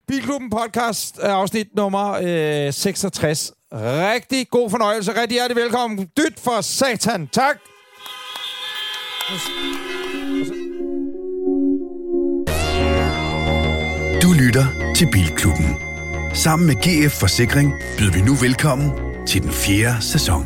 Bilklubben podcast afsnit nummer 66. Rigtig god fornøjelse. Rigtig hjertelig velkommen. Dyt for satan. Tak. Du lytter til Bilklubben. Sammen med GF Forsikring byder vi nu velkommen til den 4. sæson.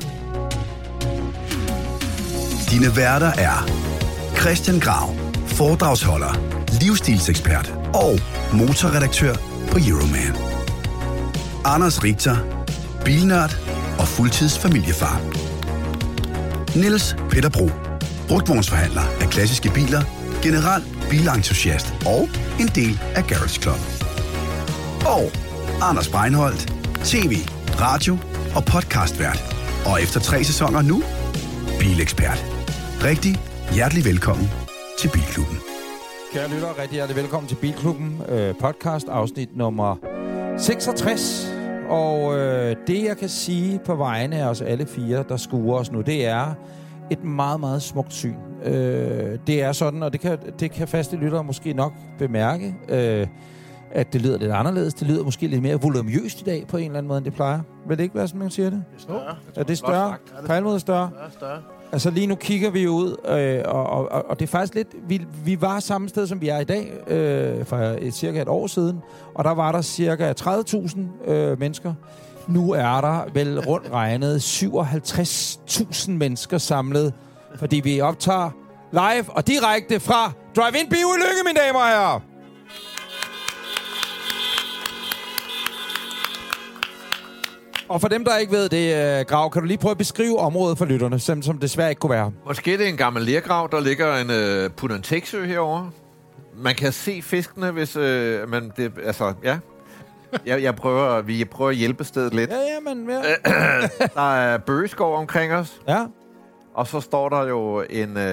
Dine værter er Christian Grav, foredragsholder, livsstilsekspert og motorredaktør på Euroman. Anders Richter, bilnørd og fuldtidsfamiliefar. Niels Peter Bro, brugtvognsforhandler af klassiske biler, general bilentusiast og en del af Garage Club. Og Anders Breinholt, tv, radio og podcastvært. Og efter 3 sæsoner nu, bilekspert. Rigtig hjertelig velkommen til Bilklubben. Kære lytter, rigtig hjertelig velkommen til Bilklubben podcast afsnit nummer 66. Og det, jeg kan sige på vegne af os alle 4, der skuer os nu, det er et meget, meget smukt syn. Det er sådan, og det kan faste lyttere måske nok bemærke, at det lyder lidt anderledes. Det lyder måske lidt mere volumøst i dag på en eller anden måde, end det plejer. Vil det ikke være, som man siger det? Det er større. Er det større? På alle måder større? Større. Altså lige nu kigger vi ud, og det er faktisk lidt... Vi var samme sted, som vi er i dag, for cirka et år siden, og der var der cirka 30.000 mennesker. Nu er der vel rundt regnet 57.000 mennesker samlet, fordi vi optager live og direkte fra Drive-In Bio i Lykke, mine damer og herrer. Og for dem, der ikke ved det, Grav, kan du lige prøve at beskrive området for lytterne, som desværre ikke kunne være? Måske det er en gammel lergrav, der ligger en Punanteksø herovre. Man kan se fiskene, hvis man... Det, altså, ja. Vi prøver at hjælpe stedet lidt. Ja. Der er bøgeskov omkring os. Ja. Og så står der jo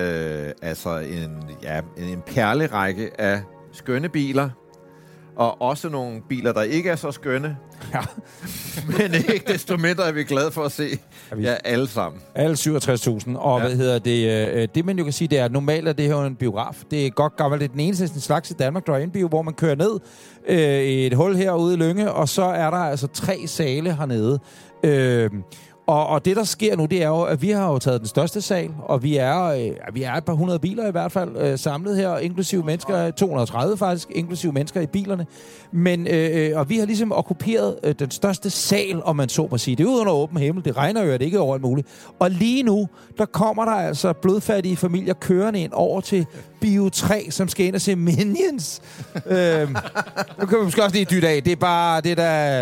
en perlerække af skønne biler. Og også nogle biler, der ikke er så skønne. Ja. Men ikke desto mindre er vi glade for at se alle sammen. Alle 67.000. Og hvad hedder det? Det, man jo kan sige, det er, at normalt er det her en biograf. Det er godt gammelt. Det er den eneste slags i Danmark, Drive-In Bio, hvor man kører ned i et hul herude i Lynge, og så er der altså 3 sale hernede. Og det, der sker nu, det er jo, at vi har jo taget den største sal, og vi er et par 100 biler i hvert fald samlet her, inklusive mennesker, 230 faktisk, inklusive mennesker i bilerne. Men, og vi har ligesom okkuperet den største sal, om man så må sige. Det er ude under åben himmel, det regner jo, at det ikke er over alt muligt. Og lige nu, der kommer der altså blodfattige familier kørende ind over til Bio 3, som skal ind og se Minions. Nu kan vi måske også lige dytte af. Det er bare det, der...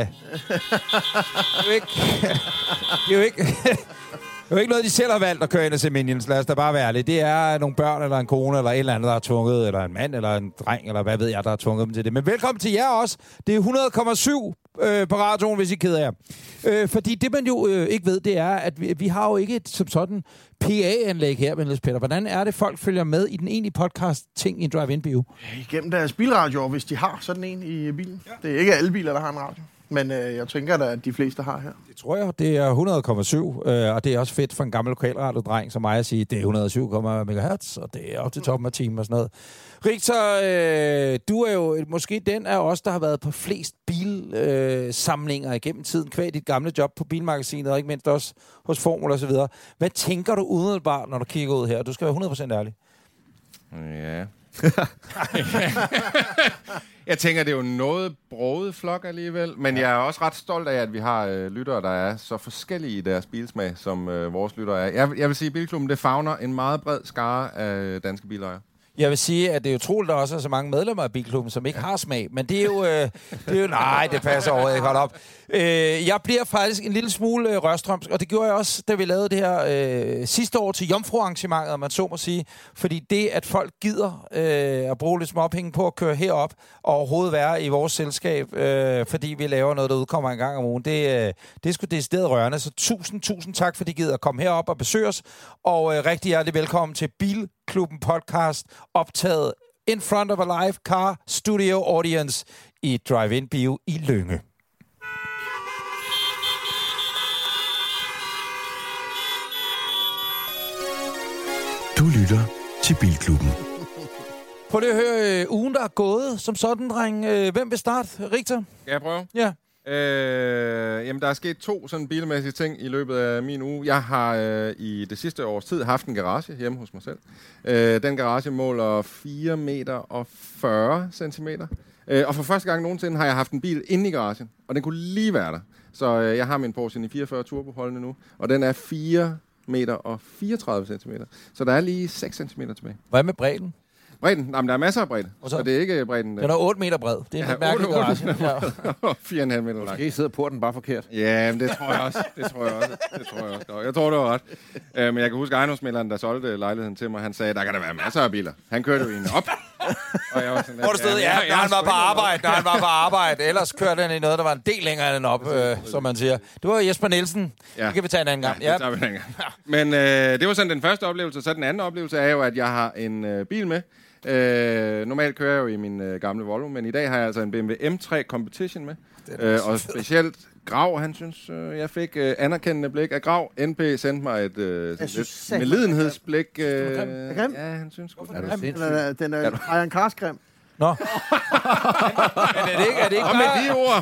Det er jo ikke noget, de selv har valgt at køre ind og se Minions. Lad os da bare være ærlige. Det er nogle børn, eller en kone, eller et eller andet, der er tvunget, eller en mand, eller en dreng, eller hvad ved jeg, der har tvunget dem til det. Men velkommen til jer også. Det er 100,7 på radioen, hvis I keder jer. Fordi det, man jo ikke ved, det er, at vi har jo ikke et som sådan PA-anlæg her, Niels Peter. Hvordan er det, folk følger med i den egentlige podcast-ting i en Drive-In Bio? Igennem deres bilradio, hvis de har sådan en i bilen. Ja. Det er ikke alle biler, der har en radio. Men jeg tænker da, at de fleste har her. Det tror jeg. Det er 100,7, og det er også fedt for en gammel lokalradiodreng som mig at sige, det er 107,0 MHz, og det er op til toppen af timen og sådan noget. Richter, du er jo måske den af os, der har været på flest bilsamlinger igennem tiden, kvad dit gamle job på Bilmagasinet, og ikke mindst også hos Formel og så videre. Hvad tænker du umiddelbart, når du kigger ud her? Du skal være 100% ærlig. Ja. Jeg tænker, det er jo noget broget flok alligevel, men jeg er også ret stolt af, at vi har lyttere, der er så forskellige i deres bilsmag, som vores lyttere er. Jeg vil sige, at Bilklubben, det favner en meget bred skare af danske bilejere. Jeg vil sige, at det er utroligt, at der også er så mange medlemmer af Bilklubben, som ikke har smag. Men det er jo, nej, det passer overhovedet ikke. Hold op. Jeg bliver faktisk en lille smule rørstrømsk, og det gjorde jeg også, da vi lavede det her sidste år til Jomfru-arrangementet, om man så må sige. Fordi det, at folk gider at bruge lidt småpenge på at køre herop og overhovedet være i vores selskab, fordi vi laver noget, der udkommer en gang om ugen, det er sgu decideret rørende. Så tusind tak, fordi I gider at komme herop og besøge os. Og rigtig hjertelig velkommen til Bilklubben podcast, optaget in front of a live car studio audience i Drive-In Bio i Lynge. Du lytter til Bilklubben. Prøv lige at høre ugen, der er gået som sådan, dreng. Hvem vil starte? Richter? Skal jeg prøve? Ja. Jamen, der er sket 2 sådan bilmæssige ting i løbet af min uge. Jeg har i det sidste års tid haft en garage hjemme hos mig selv. Den garage måler 4 meter og 40 centimeter. Og for første gang nogensinde har jeg haft en bil inde i garagen, og den kunne lige være der. Så jeg har min Porsche 944 Turbo holdende nu, og den er 4 meter og 34 centimeter. Så der er lige 6 centimeter tilbage. Hvad med bredden? Bredden? Jamen, der er masser af bredde, så det er ikke bredden. Den er 8 meter bred. Det er en mærkelig garage. 4,5 meter lang. Måske sidder porten bare forkert. Ja, men det tror jeg også. Jeg tror, det var ret. Men jeg kan huske ejendomsmægleren, der solgte lejligheden til mig, han sagde, der kan der være masser af biler. Han kørte jo en op. Og jeg var sådan, hvor du stod, når han var på arbejde. Ellers kørte han i noget, der var en del længere end den op, som man siger. Det var Jesper Nielsen. Det kan vi tage en anden gang. Ja, det tager vi en anden gang. Men det var sådan den første oplevelse. Så den anden oplevelse er jo, at jeg har en bil med. Normalt kører jeg jo i min gamle Volvo, men i dag har jeg altså en BMW M3 Competition med. Og specielt Grav, han synes, jeg fik anerkendende blik af Grav. NP sendte mig et medlidenhedsblik. Ja, han synes sgu. Den er Iron Cars grim. Nå. Men er det ikke bare... med de ord.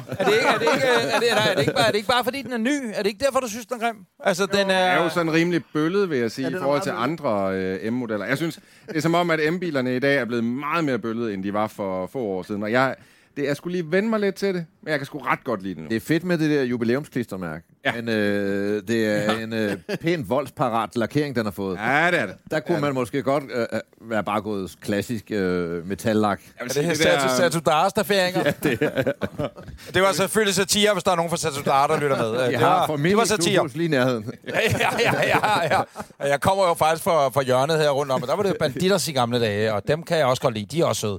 Er det ikke bare fordi den er ny? Er det ikke derfor, du synes, den er grim? Altså, den er jo sådan rimelig bøllet, vil jeg sige, i forhold til andre M-modeller. Jeg synes, det er som om, at M-bilerne i dag er blevet meget mere bøllet, end de var for få år siden. Og jeg skulle lige vende mig lidt til det, men jeg kan sgu ret godt lide det nu. Det er fedt med det der jubilæumsklistermærke. Ja. Men det er en pæn voldsparat lakering, den har fået. Ja, det er det. Der kunne man måske godt være bare gået klassisk metallak. Er det her Satudars-stafferinger? Ja, det var selvfølgelig satire, hvis der er nogen fra Satudar, der lytter med. Det var satire. Lige nærheden. Ja. Jeg kommer jo faktisk fra hjørnet her rundt om, og der var det Banditters i gamle dage, og dem kan jeg også godt lide. De er også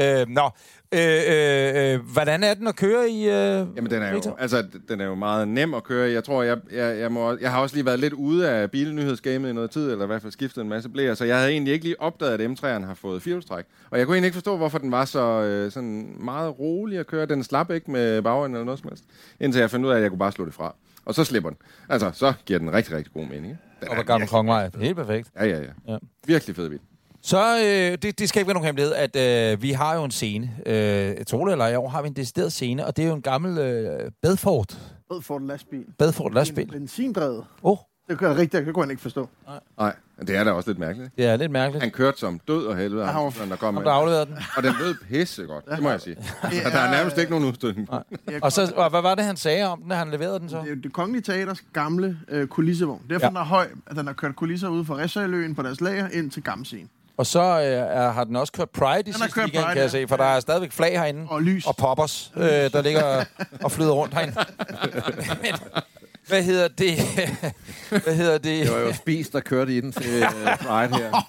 søde. Hvordan er den at køre i? Jamen, den er jo meget nem at køre i. Jeg tror, jeg har også lige været lidt ude af bilnyhedsgamet i noget tid, eller i hvert fald skiftet en masse blæer, så jeg havde egentlig ikke lige opdaget, at M3'eren har fået firehjulstræk. Og jeg kunne egentlig ikke forstå, hvorfor den var så sådan meget rolig at køre. Den slap ikke med bagenden eller noget som helst, indtil jeg fandt ud af, at jeg kunne bare slå det fra. Og så slipper den. Altså, så giver den rigtig, rigtig god mening. Og på Gamle Kongevej. Helt perfekt. Ja. Virkelig fed bil. Så det skal ikke være nogen hemmelighed, at vi har jo en scene. Tole eller i år har vi en decideret scene, og det er jo en gammel Bedford lastbil. Benzindrevet. Det kunne han ikke forstå. Nej, det er da også lidt mærkeligt. Det er lidt mærkeligt. Han kørte som død og helvede, der kom med. Afleverede den. Og den lød pisse godt, det må jeg sige. Altså, der er nærmest ikke nogen udstødning. Og hvad var det, han sagde om den, da han leverede den så? Det er det Kongelige Teaters gamle kulissevogn. Derfor den er høj, at den har kørt kulisser ude fra Ressøjløen på deres lager ind til Gamscenen. Og så har den også kørt Pride i sidste weekend, kan jeg se, for der er stadigvæk flag herinde. Og lys. Og poppers, der ligger og flyder rundt herinde. Men, hvad hedder det? Det var jo Spis, der kørte i den til Pride her.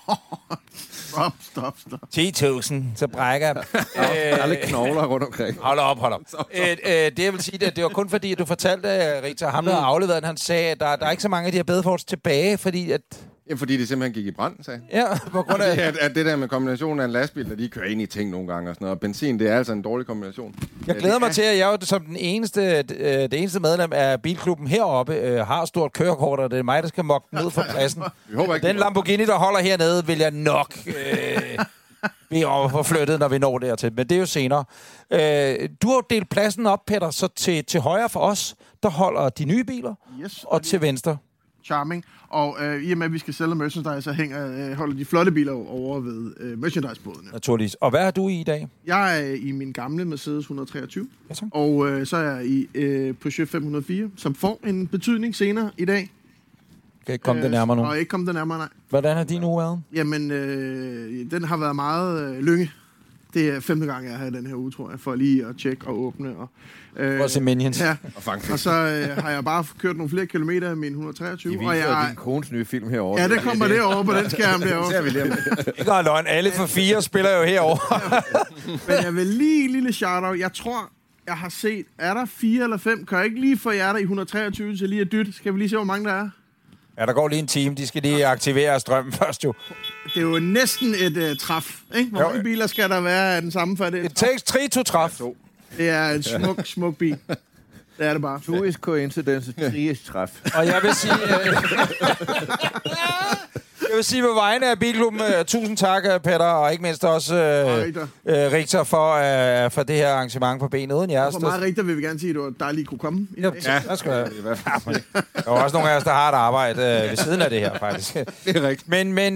Stop. 10.000, så brækker jeg. Der er lidt knogler rundt omkring. Hold op. Det jeg vil sige, det var kun fordi, at du fortalte, Rita, ham der havde afleveret den, han sagde, at der er ikke så mange af de her Bedfords tilbage, fordi at... Jamen, fordi det simpelthen gik i brand, sagde han. Ja, på grund af... At det der med kombinationen af en lastbil, der de kører ind i ting nogle gange og sådan noget, og benzin, det er altså en dårlig kombination. Jeg glæder mig til, at jeg som det eneste medlem af bilklubben heroppe har stort kørekort, og det er mig, der skal mokke ned fra pladsen. Den Lamborghini, der holder hernede, vil jeg nok blive overflyttet, når vi når dertil. Men det er jo senere. Du har delt pladsen op, Peter, så til højre for os, der holder de nye biler, og til venstre. Charming. Og i og med, at vi skal sælge merchandise, så holder de flotte biler over ved merchandise-bådene. Naturligvis. Og hvad er du i dag? Jeg er i min gamle Mercedes 123. Ja, og så er jeg i Peugeot 504, som får en betydning senere i dag. Kan ikke komme det nærmere nu? Og ikke komme det nærmere, nej. Hvordan har din uge været? Jamen, den har været meget lynge. Det er 5. gang, jeg har den her uge, tror jeg, for lige at tjekke og åbne. For at se Minions. Ja, og så har jeg bare kørt nogle flere kilometer af min 123. De viser din kones nye film herovre. Ja, det kommer derovre på den skærm derovre. Det ser vi lige. Ikke har løgn. Alle for 4 spiller jo herovre. Men jeg vil lige lille shout-out. Jeg tror, jeg har set, er der 4 eller 5? Kan jeg ikke lige få jer der i 123 til lige at dytte? Skal vi lige se, hvor mange der er? Ja, der går lige en time. De skal lige aktivere strømmen først jo. Det er jo næsten et træf, ikke? Hvor mange biler skal der være af den samme for det? It takes 3 to træf. Det er en smuk bil. Det er det bare. 2 is coincidence, 3 is træf. Og jeg vil sige... Jeg vil sige på vegne af Bilklubben, tusind tak, Peter, og ikke mindst også Richter for det her arrangement på benet uden jeres. For mig, Richter, vil vi gerne sige, at det var dejligt, at kunne komme. Ja, der skal jeg. Der var også nogle af os, der har et arbejde ved siden af det her, faktisk. Det er rigtigt. Men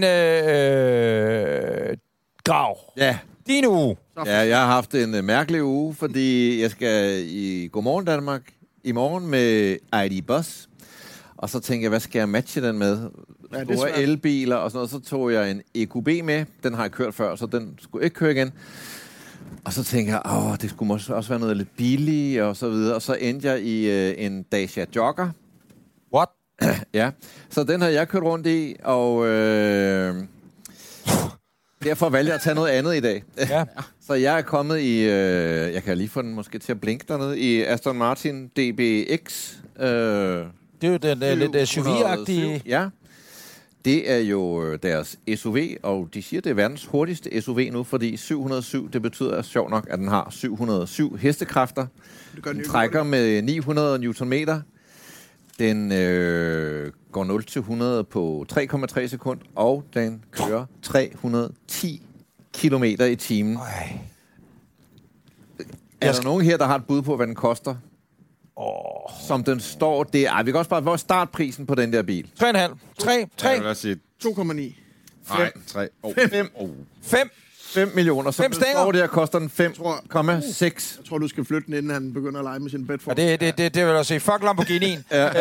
Grav. Ja. Din uge. Ja, jeg har haft en mærkelig uge, fordi jeg skal i Godmorgen Danmark i morgen med ID Bus. Og så tænkte jeg, hvad skal jeg matche den med? Store elbiler og sådan noget. Så tog jeg en EQB med. Den har jeg kørt før, så den skulle ikke køre igen. Og så tænkte jeg, det skulle måske også være noget lidt billigt og så videre. Og så endte jeg i en Dacia Jogger. What? Ja, så den har jeg kørt rundt i, og derfor valgte jeg at tage noget andet i dag. Ja. Så jeg er kommet i, jeg kan lige få den måske til at blinke dernede, i Aston Martin DBX. Det er jo den lidt SUV-agtige. Ja, det er jo deres SUV, og de siger, det er verdens hurtigste SUV nu, fordi 707, det betyder sjovt nok, at den har 707 hestekræfter. Den trækker med 900 Newtonmeter. Den går 0-100 på 3,3 sekund, og den kører 310 kilometer i timen. Er der nogen her, der har et bud på, hvad den koster? Som den står, det er... vi kan også bare... Hvor er startprisen på den der bil? 3,5. 3. Jeg vil også sige 2,9. nej, 3. 5. 5 millioner. Så den står der, koster den 5,6. Jeg tror, du skal flytte den, inden han begynder at lege med sin Bedford. Ja, det vil jeg sige. Fuck Lamborghini'en.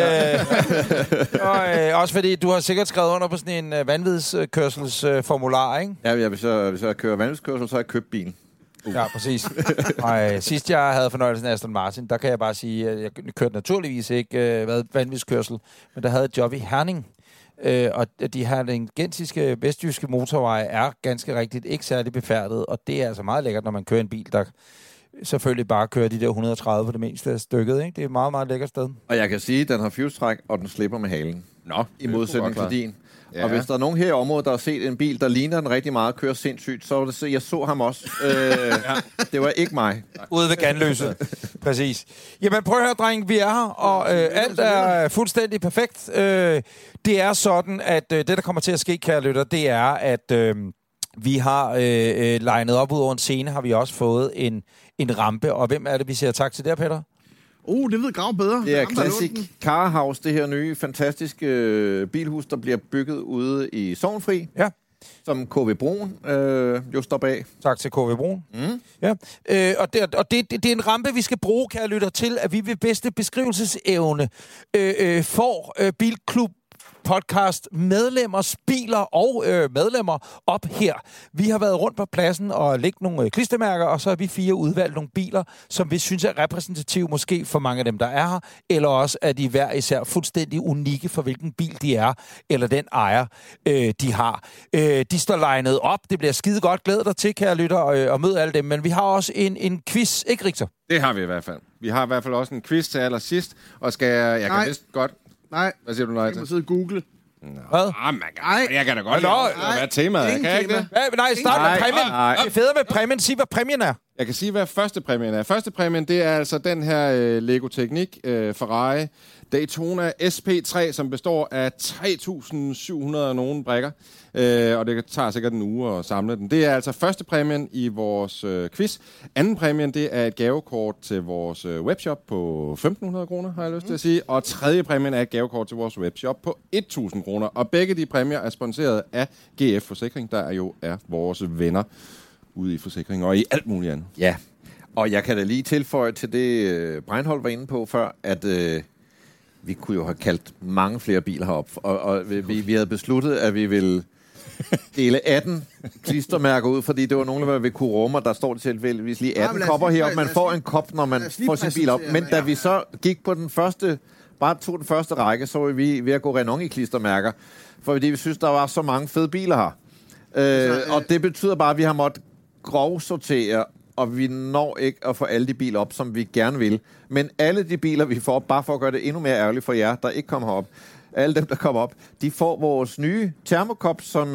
Også fordi, du har sikkert skrevet under på sådan en vanvidskørselsformular, ikke? Ja, hvis jeg kører vanvidskørsel, så har jeg købt bilen. Ja, præcis. Og sidst jeg havde fornøjelsen af Aston Martin, der kan jeg bare sige, at jeg kørte naturligvis ikke vanvidskørsel, men der havde et job i Herning. Og de her gensiske vestjyske motorveje er ganske rigtigt ikke særlig befærdet, og det er altså meget lækkert, når man kører en bil, der selvfølgelig bare kører de der 130 på det meste af stykket. Ikke? Det er et meget, meget lækkert sted. Og jeg kan sige, at den har fuse-træk, og den slipper med halen. Nå, i modsætning til din. Ja. Og hvis der er nogen her i området, der har set en bil, der ligner den rigtig meget, kører sindssygt, så var det, jeg så ham også. Det var ikke mig. Ude ved Ganløse. Præcis. Jamen prøv at høre, dreng, vi er her, og alt er fuldstændig perfekt. Det er sådan, at det, der kommer til at ske, kære lytter, det er, at vi har legnet op ud over en scene, har vi også fået en rampe. Og hvem er det, vi siger tak til der, Peter? Det ved Grav bedre. Det er Classic Car House, det her nye, fantastiske bilhus, der bliver bygget ude i Sorgenfri. Ja. Som KV Broen jo står bag. Tak til KV Broen. Mm. Ja. Og det er en rampe, vi skal bruge, kære lytter, til, at vi ved bedste beskrivelsesevne får Bilklub podcast medlemmers biler og medlemmer op her. Vi har været rundt på pladsen og lægget nogle klistermærker, og så har vi 4 udvalgt nogle biler, som vi synes er repræsentative måske for mange af dem, der er her, eller også er de hver især fuldstændig unikke for hvilken bil de er, eller den ejer, de har. De står legnet op. Det bliver skide godt. Glæd dig til, kære lytter, og mød alle dem. Men vi har også en quiz, ikke Richter? Det har vi i hvert fald. Vi har i hvert fald også en quiz til allersidst, og jeg kan vist godt... Nej. Hvad siger du, nej til? Jeg må sidde og google. Hvad? Jeg kan da godt lide, hvad temaet er. Kan jeg ikke det? Nej, start med præmien. Det er federe med præmien. Sig, hvad præmien er. Jeg kan sige, hvad første præmien er. Første præmien, det er altså den her Lego Technic Ferrari Daytona SP3, som består af 3.700 nogle brikker. Og det tager sikkert en uge at samle den. Det er altså første præmien i vores quiz. Anden præmien, det er et gavekort til vores webshop på 1.500 kroner, har jeg lyst til at sige. Og tredje præmien er et gavekort til vores webshop på 1.000 kroner. Og begge de præmier er sponsoreret af GF Forsikring, der jo er vores venner ude i forsikring og i alt muligt andet. Ja, og jeg kan da lige tilføje til det, Breinholt var inde på før, at vi kunne jo have kaldt mange flere biler herop. Og vi havde besluttet, at vi ville dele 18 klistermærker ud, fordi det var nogle, der vil kunne rumme, og der står det tilfældigvis lige 18 kopper heroppe. Man får en kop, når man får sin bil op. Men da vi så gik på den første, bare tog den første række, så var vi ved at gå renon i klistermærker, fordi vi synes, der var så mange fede biler her. Og det betyder bare, at vi har måttet grovsortere, og vi når ikke at få alle de biler op, som vi gerne vil. Men alle de biler, vi får, bare for at gøre det endnu mere ærgerligt for jer, der ikke kommer herop, alle dem, der kommer op, de får vores nye termokop, som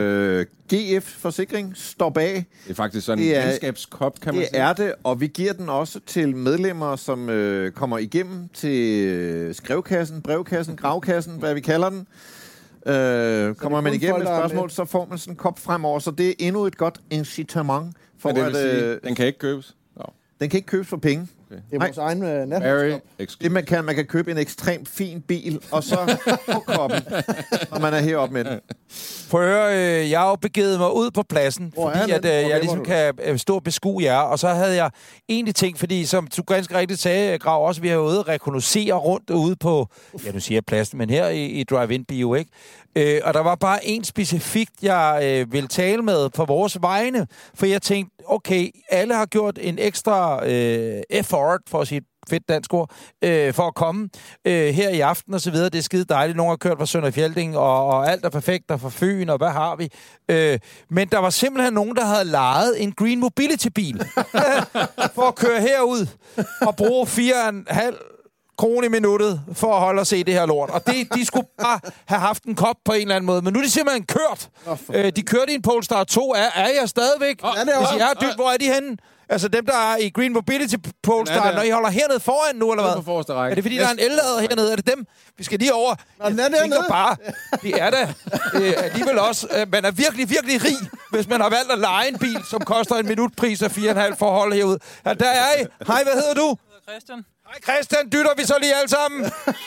GF Forsikring står bag. Det er faktisk sådan en venskabskop, kan man sige. Det er det, og vi giver den også til medlemmer, som kommer igennem til skrevkassen, brevkassen, gravkassen, hvad vi kalder den. Kommer man igennem et spørgsmål, så får man sådan en kop fremover, så det er endnu et godt incitament for, det vil sige, den kan ikke købes? No. Den kan ikke købes for penge. Okay. Det er vores egen det man kan købe en ekstremt fin bil, og så på koppen, når man er heroppe med den. Prøv at høre, jeg har jo begivet mig ud på pladsen, fordi at, jeg ligesom kan stå og beskue jer, og så havde jeg egentlig tænkt, fordi som du ganske rigtigt sagde, Grav, også vi har jo ude og rekognoscere rundt ude på, nu siger jeg pladsen, men her i Drive-In Bio, ikke? Og der var bare en specifikt, jeg ville tale med på vores vegne, for jeg tænkte, okay, alle har gjort en ekstra effort, for at sige fedt dansk ord, for at komme her i aften og så videre. Det er skide dejligt. Nogle har kørt fra Sønder Fjelding, og alt er perfekt, og fra Fyn, og hvad har vi? Men der var simpelthen nogen, der havde lejet en Green Mobility-bil for at køre herud og bruge 4,5 kroner i minuttet for at holde og se det her lort. Og de skulle bare have haft en kop på en eller anden måde. Men nu er de simpelthen kørt. De kørte i en Polestar 2. Er jeg stadigvæk? Hvis I er dybt, hvor er de henne? Altså dem, der er i Green Mobility Polestar, når I holder hernede foran nu, eller hvad? Er det fordi, der er en ellader hernede? Er det dem? Vi skal lige over. Jeg tænker bare, det er da alligevel også. Man er virkelig, virkelig rig, hvis man har valgt at leje en bil, som koster en minutpris af 4,5 for at holde herude. Ja, der er I. Hej, hvad hedder du? Christian. Hej Christian, dytter vi så lige alle sammen?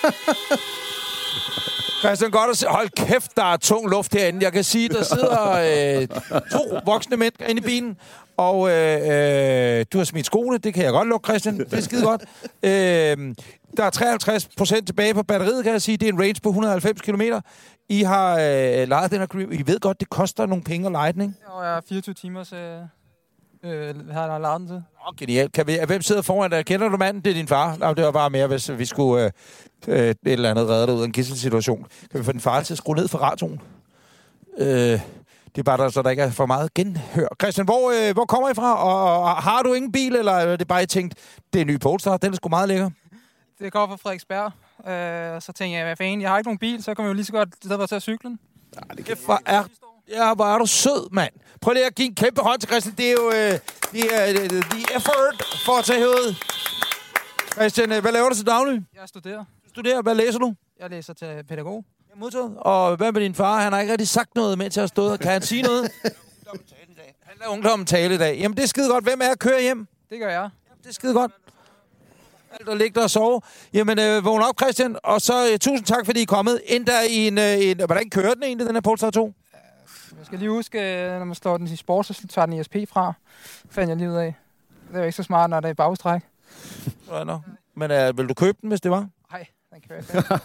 Christian, godt at se. Hold kæft, der er tung luft herinde. Jeg kan sige, der sidder 2 voksne mænd inde i bilen, og du har smidt skoene. Det kan jeg godt lukke, Christian. Det er skide godt. Der er 53% tilbage på batteriet, kan jeg sige. Det er en range på 190 km. I har lejet den her. I ved godt, det koster nogle penge at leje den, ikke? Jo, jeg er 24 timer, så har jeg lejet den til. Genialt. Hvem sidder foran dig? Kender du manden? Det er din far. Det var bare mere, hvis vi skulle et eller andet redde dig ud af en gisselsituation. Kan vi få din far til at skrue ned for radioen? Det er bare der, så der ikke er for meget genhør. Christian, hvor kommer I fra? Og har du ingen bil, eller er det bare, I tænkt, det er en ny Polestar, den er sgu meget lækker? Det går fra Frederiksberg. Så tænker jeg, hvad fanden, jeg har ikke nogen bil, så kan man jo lige så godt til at cykle den. Hvor er du sød, mand. Prøv lige at give en kæmpe hånd til Christian. Det er jo the effort for at tage herud. Christian, hvad laver du til daglig? Jeg studerer. Du studerer. Hvad læser du? Jeg læser til pædagog. Jeg modtaget. Og hvad med din far? Han har ikke rigtig sagt noget, mens jeg har stået. Kan han sige noget? Han lader ungdommen tale i dag. Jamen, det er skide godt. Hvem er at køre hjem? Det gør jeg. Jamen, det er skide godt. Alt og ligge der og sove. Jamen, vågn op, Christian. Og så tusind tak, fordi I er kommet. Endda i en hvordan kører den egentlig, den her Polestar 2? Jeg skal lige huske, når man slår den i sport, så tager den ESP fra. Fandt jeg lige ud af. Det er jo ikke så smart, når det er i bagstræk. Men vil du købe den, hvis det var? Nej, den kører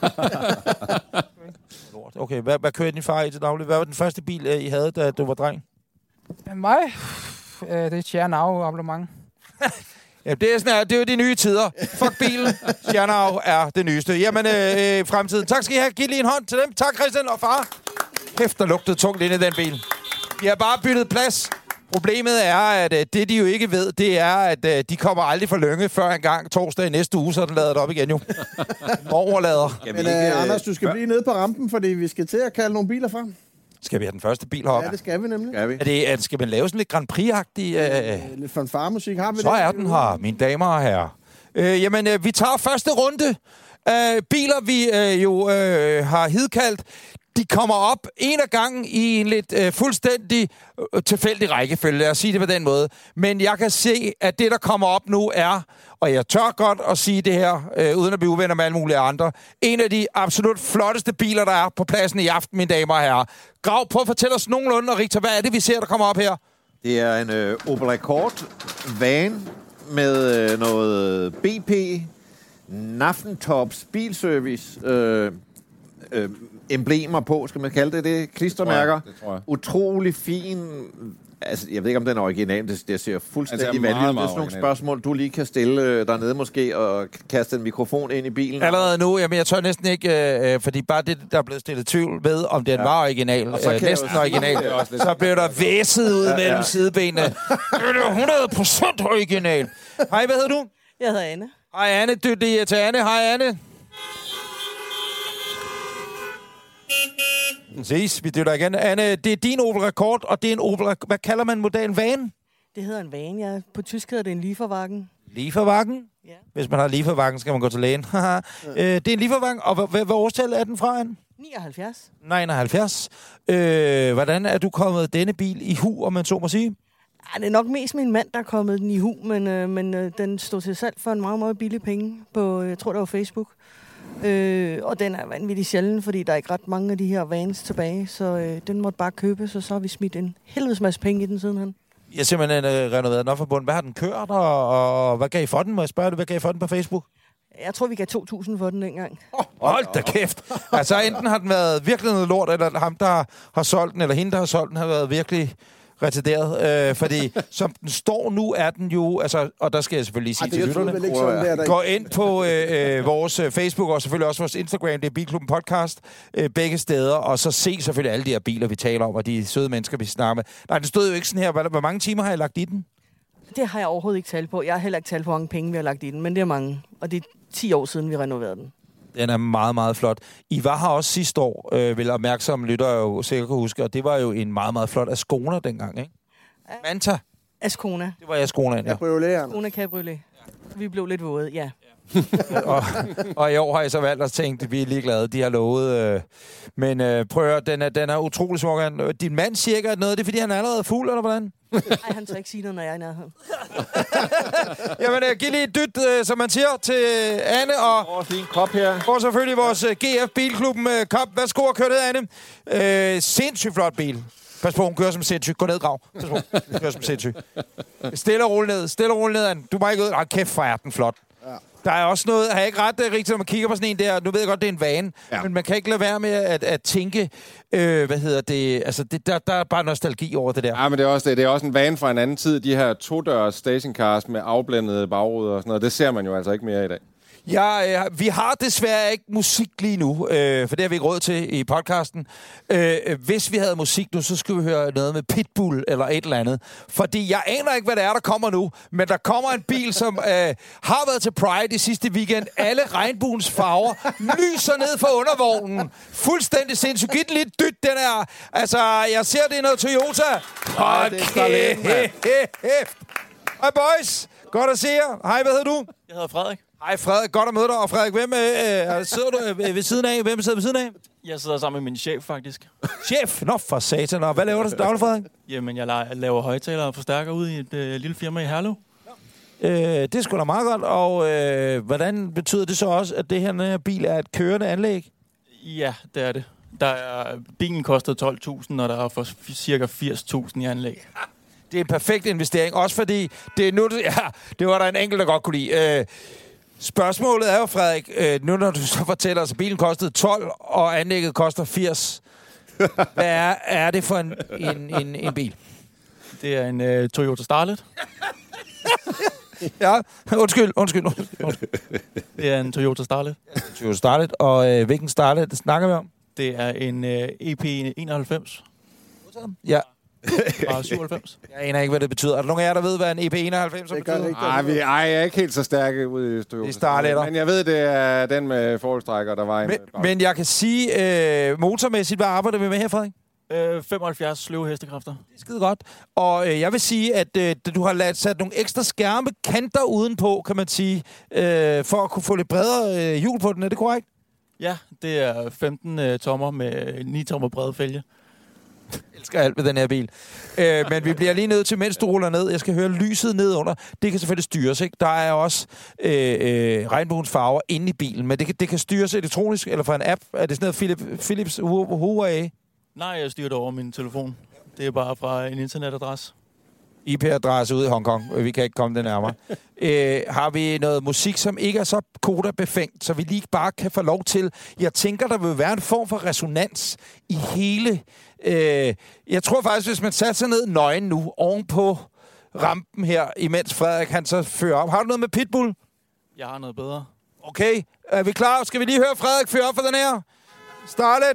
ikke. Okay, hvad kører din far i til daglig? Hvad var den første bil, I havde, da du var dreng? Mig? Det er Tjernau abonnement. Ja, det er jo de nye tider. Fuck bilen. Tjernau er det nyeste. Jamen, fremtiden. Tak skal I have. Giv lige en hånd til dem. Tak, Christian og far. Kæft, der lugtede tungt ind i den bil. De har bare byttet plads. Problemet er, at det de jo ikke ved, det er, at de kommer aldrig for Lynge før en gang torsdag i næste uge, så den lader det op igen jo. Overlader. Men Anders, du skal blive nede på rampen, fordi vi skal til at kalde nogle biler frem. Skal vi have den første bil heroppe? Ja, det skal vi nemlig. Skal man lave sådan lidt Grand Prix-agtig? Lidt fanfaremusik har vi det. Så er den her, mine damer og herrer. Jamen, vi tager første runde. Biler, vi har hidkaldt. De kommer op en af gangen i en lidt fuldstændig tilfældig rækkefølge. Lad os sige det på den måde. Men jeg kan se, at det, der kommer op nu, er, og jeg tør godt at sige det her, uden at blive uvenner med alle mulige andre, en af de absolut flotteste biler, der er på pladsen i aften, mine damer og herrer. Grav, prøv at fortælle os nogenlunde, og Richter, hvad er det, vi ser, der kommer op her? Det er en Opel Rekord van med noget BP, Naftentops bilservice, emblemer på, skal man kalde det, klistermærker. Det tror jeg. Utrolig fin. Altså, jeg ved ikke, om den er original. Det ser fuldstændig vanvittigt. Det er sådan nogle spørgsmål, du lige kan stille dernede måske, og kaste en mikrofon ind i bilen. Allerede nu, jamen jeg tør næsten ikke, fordi bare det, der er blevet stillet tvivl ved, om den var original. Næsten original. Så blev der væset ud mellem sidebenene. Det er 100% original. Hej, hvad hedder du? Jeg hedder Anne. Hej Anne, det er til Anne. Hej Anne. Ses, vi dytter igen. Anne, det er din Opel Rekord, og det er en Opel... Hvad kalder man modellen? Van? Det hedder en van, ja. På tysk hedder det en Lieferwagen. Lieferwagen? Ja. Hvis man har Lieferwagen, skal man gå til lægen. Det er en Lieferwagen, og hvad årstal er den fra, Anne? 79. 79. Hvordan er du kommet denne bil i hu, om man så må sige? Ja, det er nok mest min mand, der er kommet den i hu, men den stod til salg for en meget, meget billig penge på, jeg tror, det var Facebook. Og den er vanvittig sjælden, fordi der er ikke ret mange af de her vans tilbage, så den måtte bare købes, og så har vi smidt en helvedes masse penge i den sidenhen. Jeg har simpelthen renoveret den op for bunden. Hvad har den kørt, og hvad gav I for den? Må jeg spørge dig, hvad gav I for den på Facebook? Jeg tror, vi gav 2.000 for den dengang. Hold da kæft. Altså, enten har den været virkelig noget lort, eller ham, der har solgt den, eller hende, der har solgt den, har været virkelig retarderet. Fordi som den står nu, er den jo... Altså, og der skal jeg selvfølgelig lige sige til lytterne. Gå ind på vores Facebook, og selvfølgelig også vores Instagram, det er Bilklubben Podcast, begge steder, og så se selvfølgelig alle de her biler, vi taler om, og de søde mennesker, vi snakker med. Nej, den stod jo ikke sådan her. Hvor mange timer har jeg lagt i den? Det har jeg overhovedet ikke talt på. Jeg har heller ikke talt på, hvor mange penge vi har lagt i den, men det er mange. Og det er 10 år siden, vi renoverede den. Den er meget, meget flot. I var her også sidste år, vil opmærksomme lyttere jo sikkert kunne huske, og det var jo en meget, meget flot Ascona dengang, ikke? Ja. Manta. Ascona. Det var Asconaen, ja. Ascona Cabriolet. Vi blev lidt våde, ja. og i år har jeg så valgt at tænke, at vi er ligeglade. De har lovet. Men prøv at høre, den er utrolig smuk. Din mand siger ikke noget. Det er, fordi han er allerede fuld, eller hvordan? Nej, han tør ikke sige noget, når jeg er i nærheden. Jamen, giv lige et dyt, som man siger, til Anne. Og lige en kop her. Og selvfølgelig vores GF Bilklubben kop. Værsgo at køre ned, Anne. Sindssygt flot bil. Pas på, hun kører som sindssygt. Gå ned, Grav. Pas på, hun kører som sindssygt. Stille og roligt ned, Anne. Du må ikke ud. Kæft, for er den flot. Ja. Der er også noget, har jeg ikke ret rigtigt, når man kigger på sådan en der, nu ved jeg godt, det er en vane, men man kan ikke lade være med at tænke, altså der er bare nostalgi over det der. Ja, men det er også, det er også en vane fra en anden tid, de her todørs stationcars med afblændede bagruder og sådan noget, det ser man jo altså ikke mere i dag. Ja, vi har desværre ikke musik lige nu, for det har vi ikke råd til i podcasten. Hvis vi havde musik nu, så skulle vi høre noget med Pitbull eller et eller andet. Fordi jeg aner ikke, hvad det er, der kommer nu, men der kommer en bil, som har været til Pride i sidste weekend. Alle regnbuens farver lyser ned fra undervognen. Fuldstændig sindssygt. Giv den lidt dyt, den er. Altså, jeg ser, det er noget Toyota. Hold kæft. Hej, boys. Godt at se jer. Hej, hvad hedder du? Jeg hedder Frederik. Hej Frederik, godt at møde dig. Og Frederik, hvem sidder du ved siden af? Hvem sidder ved siden af? Jeg sidder sammen med min chef, faktisk. Chef? Nå, for satan. Og hvad laver du til daglig, Frederik? Jamen, jeg laver højtalere og forstærker ud i et lille firma i Herlev. Det er sgu da meget godt. Og hvordan betyder det så også, at det her bil er et kørende anlæg? Ja, det er det. Bilen kostede 12.000, og der er for cirka 80.000 i anlæg. Det er en perfekt investering, også fordi det er nu... Ja, det var der en enkelt, der godt kunne lide. Spørgsmålet er jo, Frederik, nu når du så fortæller os, at bilen kostede 12, og anlægget koster 80. Hvad er det for en bil? Det er en Toyota Starlet. Ja, undskyld. Det er en Toyota Starlet. Toyota Starlet, og hvilken Starlet snakker vi om? Det er en EP91. Ja. Fra 97. Jeg aner ikke, hvad det betyder. Er der nogen af jer, der ved, hvad en EP91 betyder? Jeg er ikke helt så stærk ude i Toyota. Det starter. Men jeg ved, det er den med forholdstrækker, der var men jeg kan sige, motormæssigt, hvad arbejder vi med her, Frederik? 75 sløve hestekræfter. Det er skide godt. Og jeg vil sige, at du har sat nogle ekstra skærme kanter udenpå, kan man sige, for at kunne få lidt bredere hjul på den. Er det korrekt? Ja, det er 15 tommer med 9 tommer brede fælge. Jeg elsker alt med den her bil. Men vi bliver lige nødt til, mens du ruller ned. Jeg skal høre lyset ned under. Det kan selvfølgelig styres, ikke? Der er også regnbuens farver inde i bilen, men det kan styres elektronisk, eller fra en app. Er det sådan noget Philips Huawei? Nej, jeg styrer det over min telefon. Det er bare fra en internetadresse. IP-adresse ude i Hongkong. Vi kan ikke komme det nærmere. Har vi noget musik, som ikke er så kodabefængt, så vi lige bare kan få lov til... Jeg tænker, der vil være en form for resonans i hele... jeg tror faktisk, hvis man satte sig ned nøgen nu, ovenpå rampen her, imens Frederik han så fører op. Har du noget med Pitbull? Jeg har noget bedre. Okay, er vi klar? Skal vi lige høre Frederik føre op for den her? Starlet.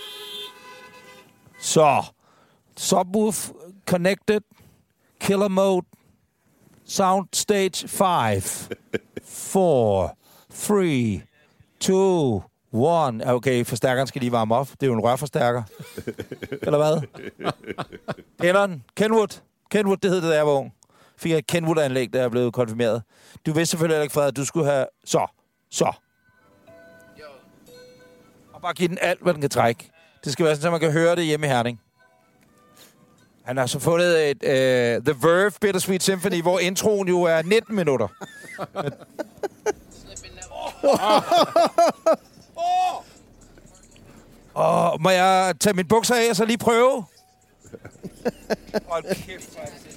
Så. Subwoof connected. Killer mode. Sound stage 5. 4. 3. 2. 1. Okay, forstærkeren skal lige varme op. Det er jo en rørforstærker. Eller hvad? Kenderen. Kenwood, det hed det, da jeg var ung. Fik jeg et Kenwood-anlæg, da jeg blev konfirmeret. Du vidste selvfølgelig ikke, Frederik, at du skulle have... Så. Og bare give den alt, hvad den kan trække. Det skal være sådan, at man kan høre det hjemme i Herning. Han har så fundet et The Verve Bittersweet Symphony, hvor introen jo er 19 minutter. Må jeg tage min bukser af og så lige prøve? Hold kæft,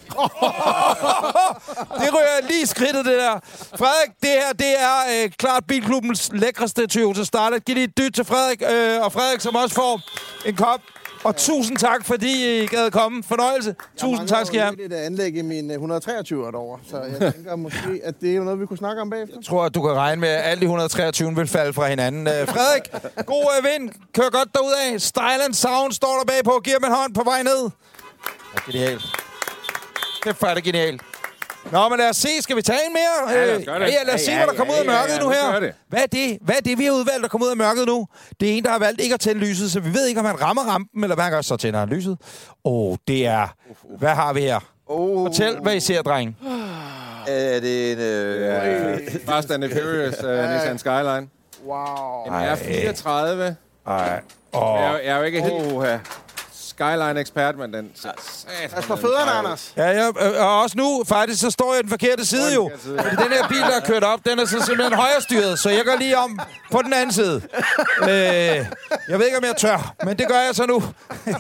det ryger lige skridtet, det der. Frederik, det her, det er klart Bilklubbens lækreste Toyota Starlet. Giv lige et dyt til Frederik, og Frederik, som også får en kop. Og tusind tak, fordi I gad komme. Fornøjelse. Tusind tak skal I have. Jeg mangler jo anlæg i min 123 derovre, så jeg tænker måske, at det er jo noget, vi kunne snakke om bagefter. Jeg tror, at du kan regne med, at alle de 123 vil falde fra hinanden. Frederik, god vind. Kør godt derudad. Style and Sound står der bagpå. Giv ham en hånd på vej ned. Genialt. Kæft, er det genialt. Nå, men lad os se. Skal vi tage en mere? Ja, lad os se, hvad der kommer ud af mørket nu her. Hvad er det, vi har udvalgt, der kommer ud af mørket nu? Det er en, der har valgt ikke at tænde lyset, så vi ved ikke, om han rammer rampen, eller hvad han gør, så tænder han lyset. Det er... Hvad har vi her? Fortæl, hvad I ser, dreng. Er det en... Fast and Furious Nissan Skyline. Wow. En R34. Jeg er jo ikke helt Skyline-ekspert, men den... Pas på fødderne, Anders. Ja, og også nu, faktisk, så står jeg i den forkerte side jo. Fordi den her bil, der er kørt op, den er så simpelthen højrestyret, så jeg går lige om på den anden side. Jeg ved ikke, om jeg tør, men det gør jeg så nu.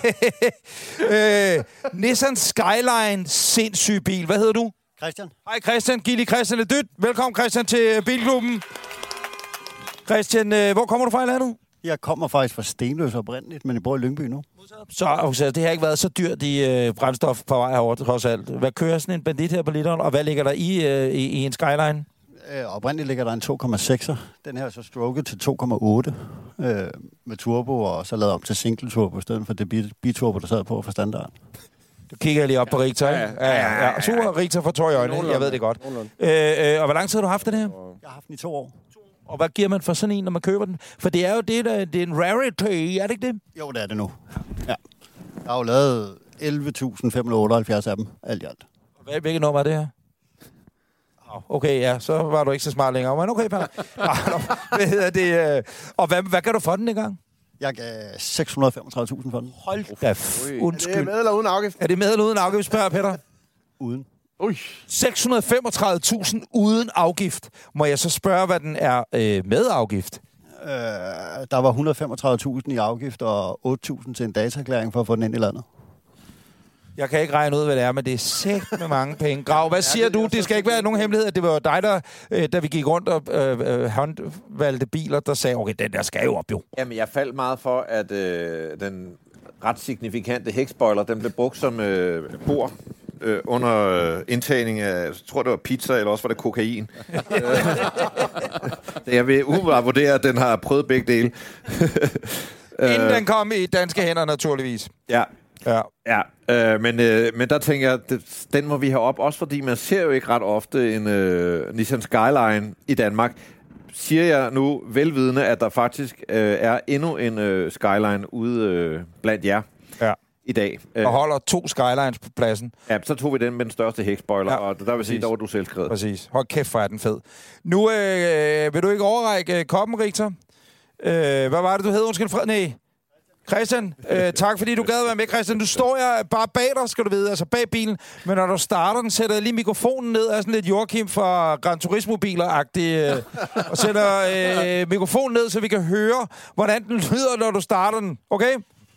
Nissan Skyline, sindssyg bil. Hvad hedder du? Christian. Hej Christian, giv lige Christian et dyt. Velkommen Christian til Bilklubben. Christian, hvor kommer du fra i landet? Jeg kommer faktisk fra Stenløse oprindeligt, men jeg bor i Lyngby nu. Så det har ikke været så dyrt i brændstof på vej herover trods alt. Hvad kører sådan en bandit her på literen, og hvad ligger der i en Skyline? Oprindeligt ligger der en 2,6'er. Den her er så stroket til 2,8 med turbo, og så lavet om til single turbo, i stedet for det biturbo, der sad på for standard. Du kigger lige op på Richter, ikke? Ja. Super, Richter for tår i øjnene. Jeg ved det godt. Og hvor lang tid har du haft den her? Jeg har haft den i 2 år. Og hvad giver man for sådan en, når man køber den? For det er jo det er en rarity, er det ikke det? Jo, det er det nu. Ja. Jeg har jo lavet 11.578 af dem, alt i alt. Hvilket nummer er det her? Okay, ja, så var du ikke så smart længere. Men okay, hvad hedder det? Og hvad kan du for den i gang? Jeg gav 635.000 for den. Hold da undskyld. Er det med eller uden afgift? Er det med eller uden afgift, spørger Peter? Uden. 635.000 uden afgift. Må jeg så spørge, hvad den er med afgift? Der var 135.000 i afgift og 8.000 til en dataerklæring for at få den ind i landet. Jeg kan ikke regne ud, hvad det er, men det er sæt med mange penge. Grav, hvad siger du? Det skal ikke være nogen hemmelighed, at det var dig, der, da vi gik rundt og håndvalgte biler, der sagde, okay, den der skal jo op, jo. Jamen, jeg faldt meget for, at den ret signifikante hækspoiler, den blev brugt som bord under indtagning af, jeg tror det var pizza, eller også var det kokain. Jeg vil umiddelbart vurdere, at den har prøvet begge dele. Inden den kom i danske hænder, naturligvis. Ja. Men der tænker jeg, den må vi have op, også fordi man ser jo ikke ret ofte en Nissan Skyline i Danmark. Siger jeg nu velvidende, at der faktisk er endnu en Skyline ude blandt jer i dag. Og holder 2 Skylines på pladsen. Ja, så tog vi den med den største hækspoiler, og der vil sige, der var du selv skrevet. Præcis. Hold kæft, hvor er den fed. Nu vil du ikke overrække koppen, Richter? Hvad var det, du hed? Undskyld, nej. Christian, tak fordi du gad være med, Christian. Du står jeg bare bag dig, skal du vide, altså bag bilen. Men når du starter den, sætter jeg lige mikrofonen ned, er sådan lidt Joachim fra Gran Turismo-biler-agtig, og sætter mikrofonen ned, så vi kan høre, hvordan den lyder, når du starter den. Okay?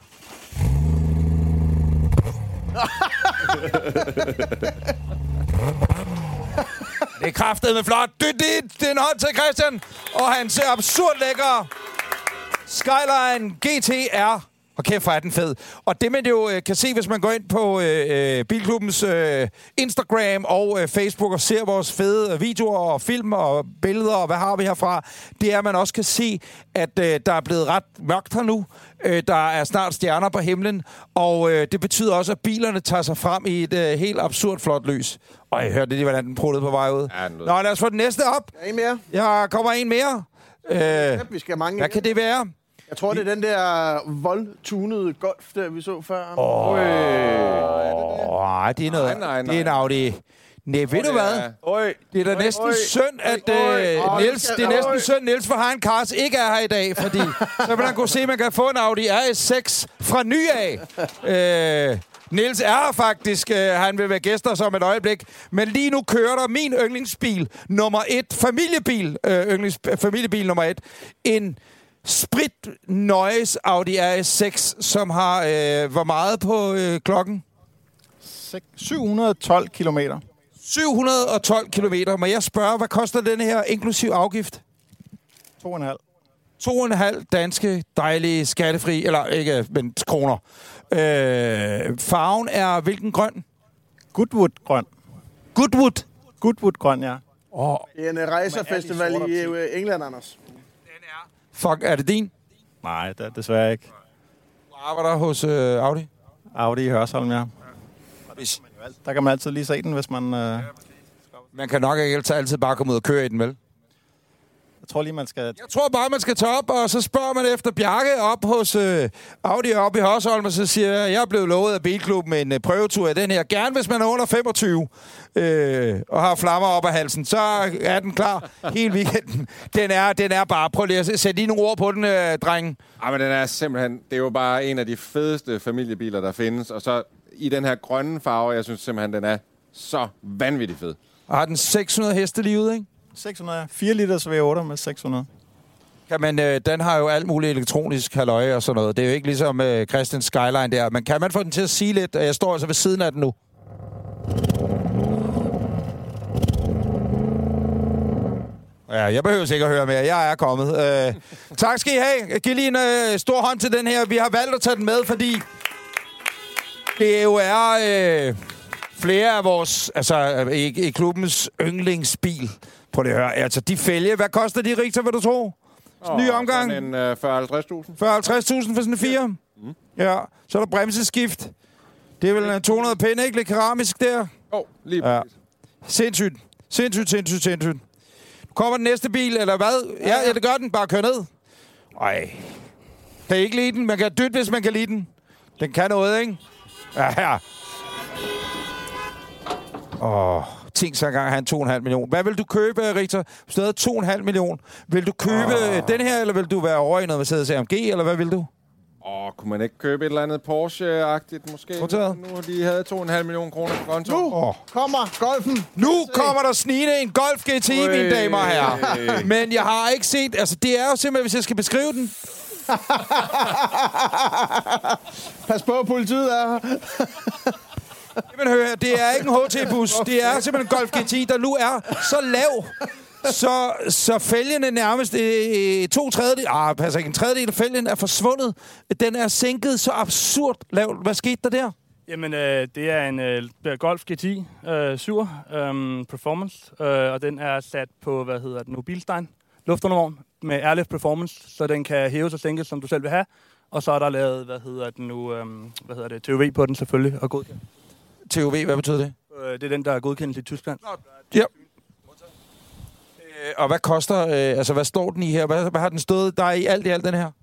Det er kraftedeme flot. Det er en hånd til Christian, og han ser absurd lækker. Skyline GTR. Og kæft, hvor er den fed. Og det, man jo kan se, hvis man går ind på Bilklubbens Instagram og Facebook og ser vores fede videoer og film og billeder og hvad har vi herfra, det er, at man også kan se, at der er blevet ret mørkt her nu. Der er snart stjerner på himlen, og det betyder også, at bilerne tager sig frem i et helt absurd flot lys. Og jeg hørte lige, hvordan den pruttede på vej ud. Ja, nå, lad os få den næste op. En mere. Jeg kommer en mere. Vi skal mange. Hvad kan det være? Jeg tror, det er den der voldtunede Golf, der vi så før. Nej, det er noget. Nej. Det er en Audi. Nej, ved du hvad? Det er da næsten synd, at Niels, det er næsten synd, Niels for Hein Cars ikke er her i dag, fordi så vil han kunne se, at man kan få en Audi RS6 fra ny af. Niels er her faktisk. Han vil være gæster som et øjeblik. Men lige nu kører der min yndlingsbil nummer 1. Familiebil nummer 1. En spritnøjes Audi RS6, som har hvor meget på klokken? 712 kilometer. 712 kilometer. Må jeg spørge, hvad koster den her inklusiv afgift? 2,5 danske dejlige skattefri, eller ikke, men kroner. Farven er hvilken grøn? Goodwood-grøn. Goodwood? Goodwood-grøn, ja. Det er en racerfestival i England, Anders. Fuck, er det din? Nej, det er desværre ikke. Du arbejder hos Audi? Audi i Hørsholm, ja. Der kan man altid lige se den, hvis man... Man kan nok ikke altid bare komme ud og køre i den, vel? Jeg tror lige, man skal... Jeg tror bare, man skal tage op, og så spørger man efter Bjarke op hos Audi op i Hørsholm, og så siger jeg er blevet lovet af Bilklubben en prøvetur af den her. Gerne hvis man er under 25 og har flammer op af halsen, så er den klar hele weekenden. Den er bare... Prøv lige at sætte lige nogle ord på den, drenge. Ja, men den er simpelthen... Det er jo bare en af de fedeste familiebiler, der findes. Og så i den her grønne farve, jeg synes simpelthen, den er så vanvittigt fed. Og har den 600 heste lige ude, ikke? 600, 4 liters V8 med 600. Kan man, den har jo alt muligt elektronisk halløj og sådan noget. Det er jo ikke ligesom Christian Skyline der. Men kan man få den til at sige lidt? Jeg står altså ved siden af den nu. Ja, jeg behøver ikke at høre mere. Jeg er kommet. Tak skal I have. Giv lige en stor hånd til den her. Vi har valgt at tage den med, fordi det jo er flere af vores, altså i klubbens yndlingsbil. Prøv lige at høre. Altså, de fælge. Hvad koster de, Richter, vil du tro? Ny omgang? Sådan en 40-50.000. 40-50.000 for sådan en 4? Ja. Så er der bremseskift. Det er vel en 200 pinde, ikke? Lidt keramisk der. Lige præcis. Sindssygt. Sindssygt. Nu kommer den næste bil, eller hvad? Ja, det gør den. Bare kør ned. Ej. Kan I ikke lide den? Man kan dytte, hvis man kan lide den. Den kan noget, ikke? Ja. Tænk så engang, han 2,5 millioner. Hvad vil du købe, Richter? Hvis du havde 2,5 millioner. Vil du købe den her, eller vil du være over i noget Mercedes AMG, eller hvad vil du? Kunne man ikke købe et eller andet Porsche-agtigt måske? Nu har de havde 2,5 millioner kroner på konto. Nu kommer golfen. Nu kommer der snigende en Golf GTI, mine damer og herrer. Men jeg har ikke set... Altså, det er jo simpelthen, hvis jeg skal beskrive den... Pas på, politiet er her. Jamen hør, det er ikke en HT-bus. Det er simpelthen en Golf GTI, der nu er så lav, så fælgene nærmest en tredjedel af fælgen er forsvundet. Den er sænket så absurd lavt. Hvad skete der der? Jamen, det er en Golf GTI 7 Performance, og den er sat på, Bilstein luftundervogn med Airlift Performance, så den kan hæves og sænkes, som du selv vil have. Og så er der lavet, TUV på den selvfølgelig, og godkendt. TUV, hvad betyder det? Det er den, der er godkendt i Tyskland. Ja. Og hvad koster, hvad står den i her? Hvad har den stået der i alt den her?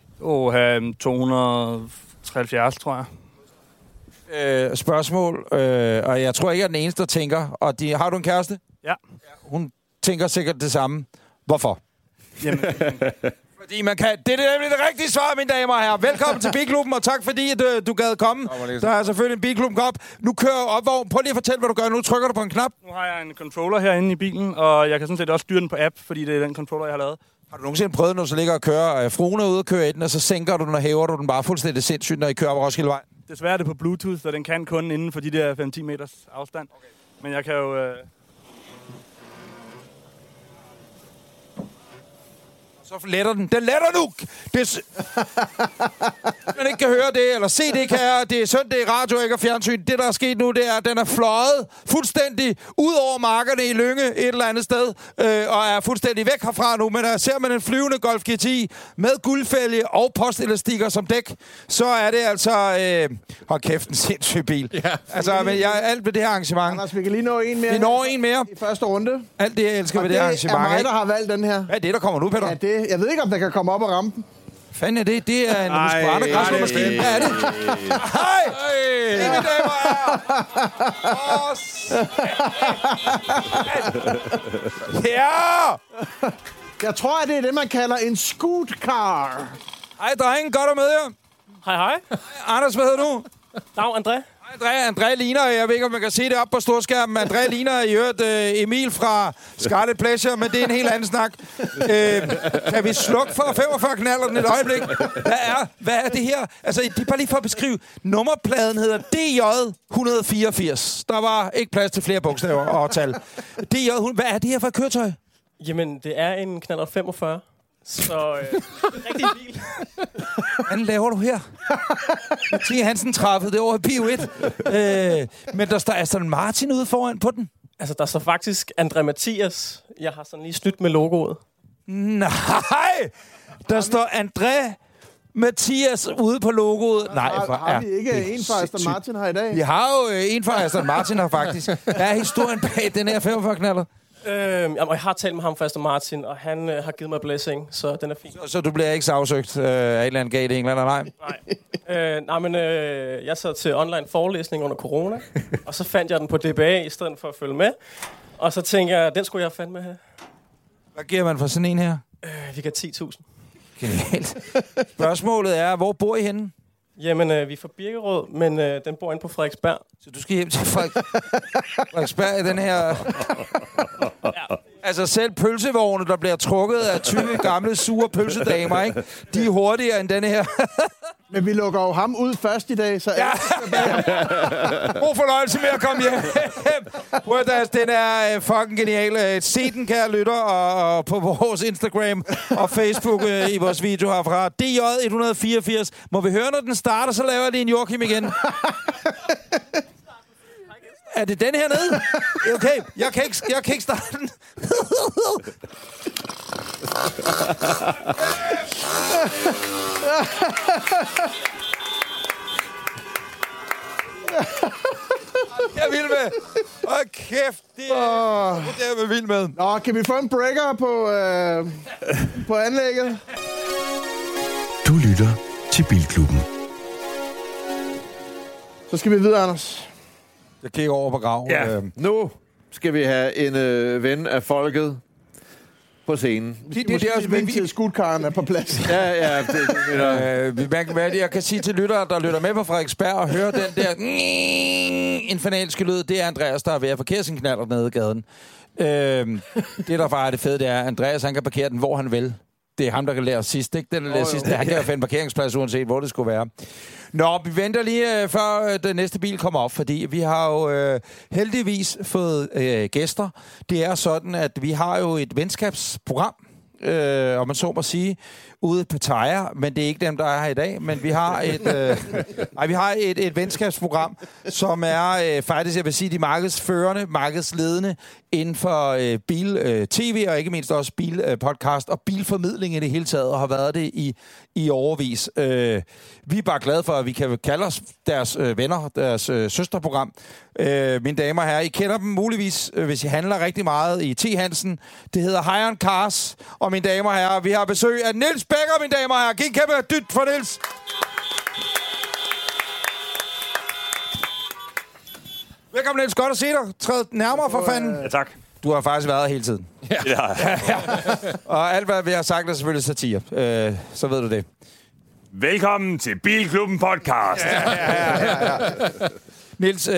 273, tror jeg. Spørgsmål, og jeg tror ikke, jeg er den eneste, der tænker. Og har du en kæreste? Ja. Hun tænker sikkert det samme. Hvorfor? Jamen, fordi man kan... Det er nemlig det rigtige svar, mine damer og herrer. Velkommen til Bilklubben, og tak fordi du gad komme. Der er selvfølgelig en Bilklubben op. Nu kører opvogn. Prøv lige at fortælle, hvad du gør. Nu trykker du på en knap. Nu har jeg en controller herinde i bilen, og jeg kan sådan set også styre den på app, fordi det er den controller, jeg har lavet. Har du nogensinde prøvet, når du så ligger og kører fruen er ude og kører i den, og så sænker du den og hæver du den bare fuldstændig sindssygt, når I kører op Roskildevej? Desværre er det på Bluetooth, så den kan kun inden for de der 5-10 meters afstand. Okay. Men jeg kan jo... Så letter den. Den letter nu! Man ikke kan høre det, eller se det, kan jeg. Det er søndag i radio, ikke og fjernsyn. Det, der er sket nu, det er, at den er fløjet fuldstændig ud over markerne i Lynge et eller andet sted, og er fuldstændig væk herfra nu. Men der ser man en flyvende Golf GTI med guldfælge og postelastikker som dæk, så er det altså... hold kæft, en sindssyg bil. Ja. Altså, men alt ved det her arrangement... Anders, vi kan lige nå en mere. Vi når en mere. I første runde. Alt det, jeg elsker ved det arrangement. Og det er mig, der har valgt den her. Hvad er det, der kommer nu, Peter? Ja, jeg ved ikke, om der kan komme op og ramme den. Fanden er det? Det er en Husqvarna-græsmaskine. Hvad er det? Hej! Mine damer og herrer! Ja! Jeg tror, at det er det, man kalder en scoot car. Hej, drenge. Godt at møde jer. Hej. Anders, hvad hedder du? Dag, André. André ligner, jeg ved ikke, om man kan se det op på storskærmen, André ligner i øvrigt Emil fra Scarlet Pleasure, men det er en helt anden snak. Kan vi slukke for 45 knalleren et øjeblik? Hvad er det her? Altså, det er bare lige for at beskrive. Nummerpladen hedder DJ 184. Der var ikke plads til flere bogstaver og tal. DJ, hvad er det her for et køretøj? Jamen, det er en knaller 45. Så rigtig bil. Hvad laver du her? T. Hansen træffede det over i Bio 1. Men der står Aston Martin ude foran på den. Altså, der står faktisk André Mathias. Jeg har sådan lige snydt med logoet. Nej! Der står André Mathias ude på logoet. Nej, har vi ikke en fra Aston Martin her i dag? Vi har jo en fra Aston Martin her, faktisk. Hvad er historien bag den her 45-knaller? Jeg har talt med ham fra Aston Martin, og han har givet mig blessing, så den er fin. Så du bliver ikke sagsøgt af et eller andet galt i England, eller nej? Nej, jeg sad til online forelæsning under corona, og så fandt jeg den på DBA i stedet for at følge med. Og så tænkte jeg, den skulle jeg fandme have. Hvad giver man for sådan en her? Vi kan 10.000. Genialt. Spørgsmålet er, hvor bor I henne? Jamen, vi er fra Birkerød, men den bor inde på Frederiksberg. Så du skal hjem til Frederiksberg i den her... Ja. Altså selv pølsevogne, der bliver trukket af 20 gamle, sure pølsedamer, ikke? De er hurtigere end denne her. Men vi lukker jo ham ud først i dag, så... Ja. God fornøjelse med at komme hjem. Den er fucking genial. Se den, kære lytter, og på vores Instagram og Facebook i vores video herfra. DJ 184. Må vi høre, når den starter, så laver jeg lige en Joachim igen. Er det den her nede? Okay, jeg kan ikke starte den. Jeg er vild med. Åh, kæft. Det er jeg vild med. Nå, kan vi få en breaker på anlægget? Du lytter til Bilklubben. Så skal vi videre, Anders. Jeg kigger over på graven. Ja, nu skal vi have en ven af folket på scenen. Det er også vigtigt, at skutkaren er på plads. Ja, jeg kan sige til lyttere, der lytter med på Frederiksberg og hører den der infernalske lyd, det er Andreas, der er ved at parkere sin knaller nede i gaden. Det, der bare er det fede, det er, at Andreas, han kan parkere den, hvor han vil. Det er ham, der kan lære sidst, ikke? Den lærer sidst. Han kan jo finde parkeringsplads, uanset hvor det skulle være. Nå, vi venter lige, før den næste bil kommer op, fordi vi har jo heldigvis fået gæster. Det er sådan, at vi har jo et venskabsprogram, om man så må sige, ude på Pattaya, men det er ikke dem, der er her i dag, men vi har et venskabsprogram, som er faktisk, jeg vil sige, de markedsførende, markedsledende inden for bil-tv, og ikke mindst også bil-podcast og bilformidling i det hele taget, og har været det i årevis. Vi er bare glade for, at vi kan kalde os deres venner, deres søsterprogram. Mine damer og herrer, I kender dem muligvis, hvis I handler rigtig meget i T. Hansen. Det hedder Hire on Cars, og mine damer og herrer, vi har besøg af Niels Becker, mine damer og herrer. Giv en kæmpe dyt for Niels. Velkommen, Niels. Godt at se dig. Træd nærmere for fanden. Ja, tak. Du har faktisk været her hele tiden. Ja. Og alt, hvad vi har sagt, er selvfølgelig satire. Så ved du det. Velkommen til Bilklubben podcast. Ja. Niels,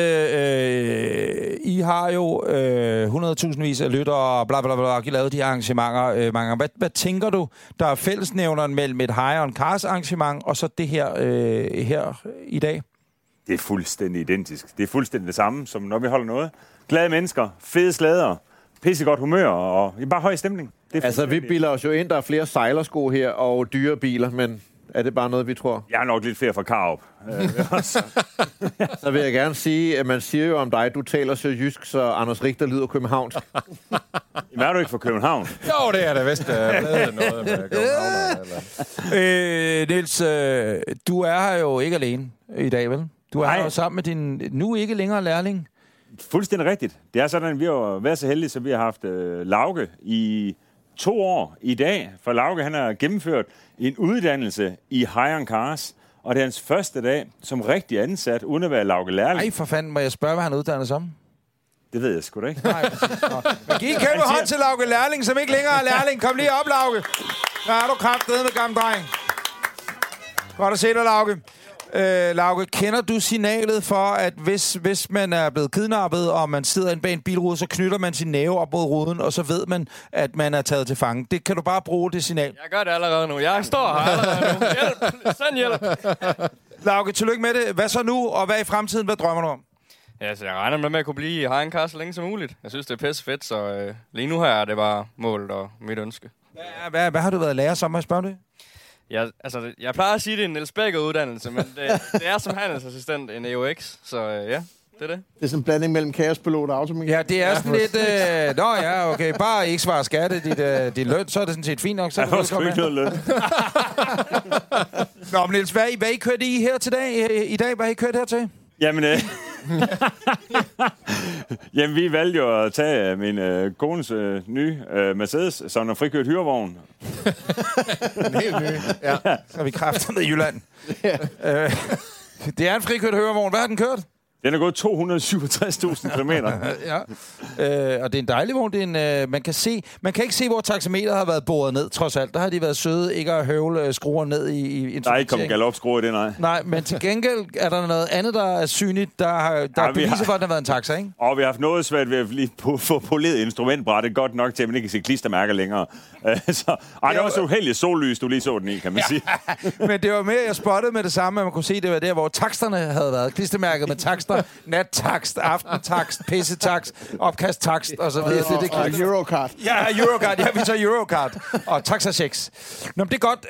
I har jo 100.000vis af lyttere og bla bla bla, I lavet de arrangementer. Hvad tænker du, der er fællesnævneren mellem et Hire on Cars arrangement og så det her her i dag? Det er fuldstændig identisk. Det er fuldstændig det samme, som når vi holder noget. Glade mennesker, fede slæder, pissegodt humør og bare høj stemning. Altså, vi bilder os jo ind, der er flere sejlersko her og dyre biler, men er det bare noget, vi tror? Jeg er nok lidt flere fra Karup. Så vil jeg gerne sige, at man siger jo om dig, du taler så jysk, så Anders Richter lyder københavnsk. Jamen, er du ikke fra København? Jo, det er det vist. Noget med København. Niels, du er her jo ikke alene i dag, vel? Du er her jo sammen med din nu ikke længere lærling. Fuldstændig rigtigt. Det er sådan, at vi har været så heldige, så vi har haft Lauke i 2 år i dag. For Lauke, han har gennemført en uddannelse i Hire on Cars, og det er hans første dag som rigtig ansat, uden at være Lauke lærling. Ej, for fanden, må jeg spørge, hvad han uddanner som? Det ved jeg sgu da ikke. Nej, præcis. Men giv en kæmpe hånd til Lauke Lærling, som ikke længere er lærling. Kom lige op, Lauke. Der er du kraftedeme med gammel dreng. Godt at se dig, Lauke. Lauke, kender du signalet for, at hvis man er blevet kidnappet, og man sidder inde bag en bilrude, så knytter man sin næve op mod ruden, og så ved man, at man er taget til fange? Det kan du bare bruge, det signal. Jeg gør det allerede nu. Jeg står her allerede nu. Hjælp! Send hjælp! Lauke, tillykke med det. Hvad så nu, og hvad i fremtiden? Hvad drømmer du om? Ja, så jeg regner med at kunne blive i Hagen Cars så længe som muligt. Jeg synes, det er pisse fedt, så lige nu her er det bare målet og mit ønske. Hvad har du været lærer som, jeg spørger det? Jeg plejer at sige, det er en Niels Becker-uddannelse, men det er som handelsassistent en EUX, så ja, det er det. Det er sådan en blanding mellem kaospilot og automekanik. Ja, det er sådan lidt... Nå ja, okay, bare ikke svare skatte dit løn, så er det sådan set fint nok. Så jeg har sgu ikke noget løn. Nå, men Niels, hvad I kørt i her til dag? I dag, hvad I kørt her til? Jamen, jamen, vi valgte jo at tage min kones nye Mercedes, som er frikørt hyrevogn. En helt ny. Ja. Så er vi kraftet med Jylland. Det er en frikørt hyrevogn. Hvad har den kørt? Den har gået 267.000 kilometer. Ja. Og det er en dejlig vogn. Det er en, man kan ikke se, hvor taxameteret har været boret ned, trods alt. Der har de været søde ikke at høvle skruer ned i der er ikke kommet galopskruer i det, nej. Nej, men til gengæld er der noget andet, der er synligt, der beviser for, at den har været en taxa, ikke? Og vi har haft noget svært ved at lige få poleret instrumentbrættet godt nok til, at man ikke kan se klistermærker længere. Det var også uheldigt sollys, du lige så den i, kan man sige. Men det var mere, jeg spottede med det samme, at man kunne se, det var der, hvor taksterne havde været. Klistermærket med takster, nattakst, aftentakst, pissetakst, opkasttakst og så videre. Og Eurocard. Ja, Eurocard. Ja, vi tager Eurocard. Og taxachecks. Nå, men det er godt.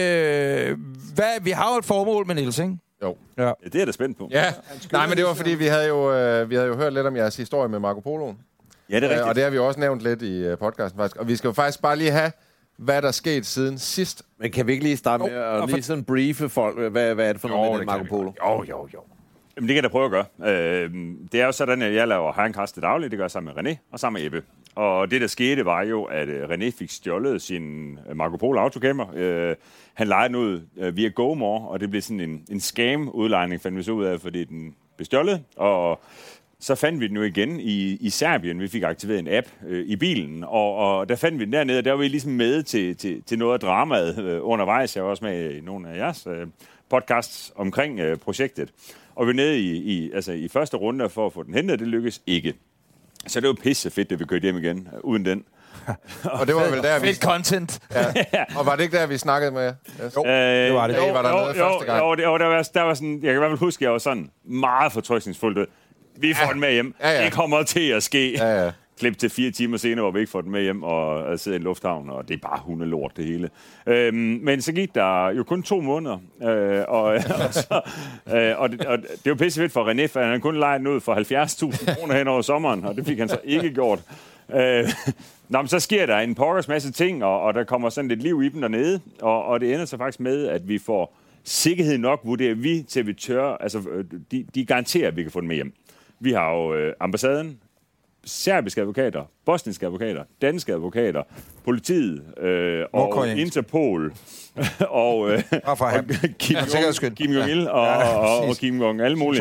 Vi har jo et formål med Niels, ikke? Jo. Ja, det er jeg da spændt på. Ja. Nej, men det var fordi, vi havde jo hørt lidt om jeres historie med Marco Poloen. Ja, det er rigtigt. Og det har vi også nævnt lidt i podcasten faktisk. Og vi skal jo faktisk bare lige have, hvad der skete siden sidst. Men kan vi ikke lige starte med at lige sådan briefe folk? Hvad er det for noget med Marco Polo? Jo. Jamen, det kan jeg da prøve at gøre. Det er jo sådan, at jeg laver Hagen Cars til daglig. Det gør jeg sammen med René og sammen med Ebbe. Og det, der skete, var jo, at René fik stjålet sin Marco Polo autocamper. Han lejede den ud via GoMore, og det blev sådan en scam-udlejning, fandt vi så ud af, fordi den blev stjålet. Og så fandt vi den jo igen i Serbien. Vi fik aktiveret en app i bilen, og der fandt vi den dernede, og der var vi ligesom med til noget af dramaet undervejs. Jeg var også med i nogle af jeres podcasts omkring projektet. Og vi er nede i første runde for at få den hentet, det lykkedes ikke. Så det var pisse fedt, at vi kørte hjem igen, uden den. Og det var vel der, vi... Fedt content. Ja. Og var det ikke der, vi snakkede med? Jo, det var det. Jo, var der første gang. Jo, der var sådan... Jeg kan i hvert fald huske, at jeg var sådan meget fortrøstningsfuld. Vi får den med hjem. Ja. Det kommer til at ske. Ja. Klip til 4 timer senere, hvor vi ikke får den med hjem og sidder i en lufthavn, og det er bare hundelort, det hele. Men så gik der jo kun 2 måneder, og det er jo pissefedt for René, for han har kun lejet den ud for 70.000 kroner hen over sommeren, og det fik han så ikke gjort. Nå, men så sker der en pokkers masse ting, og der kommer sådan lidt liv i dem dernede, og det ender så faktisk med, at vi får sikkerhed nok, vurderer vi til vi tør, altså de garanterer, at vi kan få den med hjem. Vi har jo ambassaden, serbiske advokater, bosniske advokater, danske advokater, politiet og Interpol og Kim Jong-il og Kim Jong, alle mulige.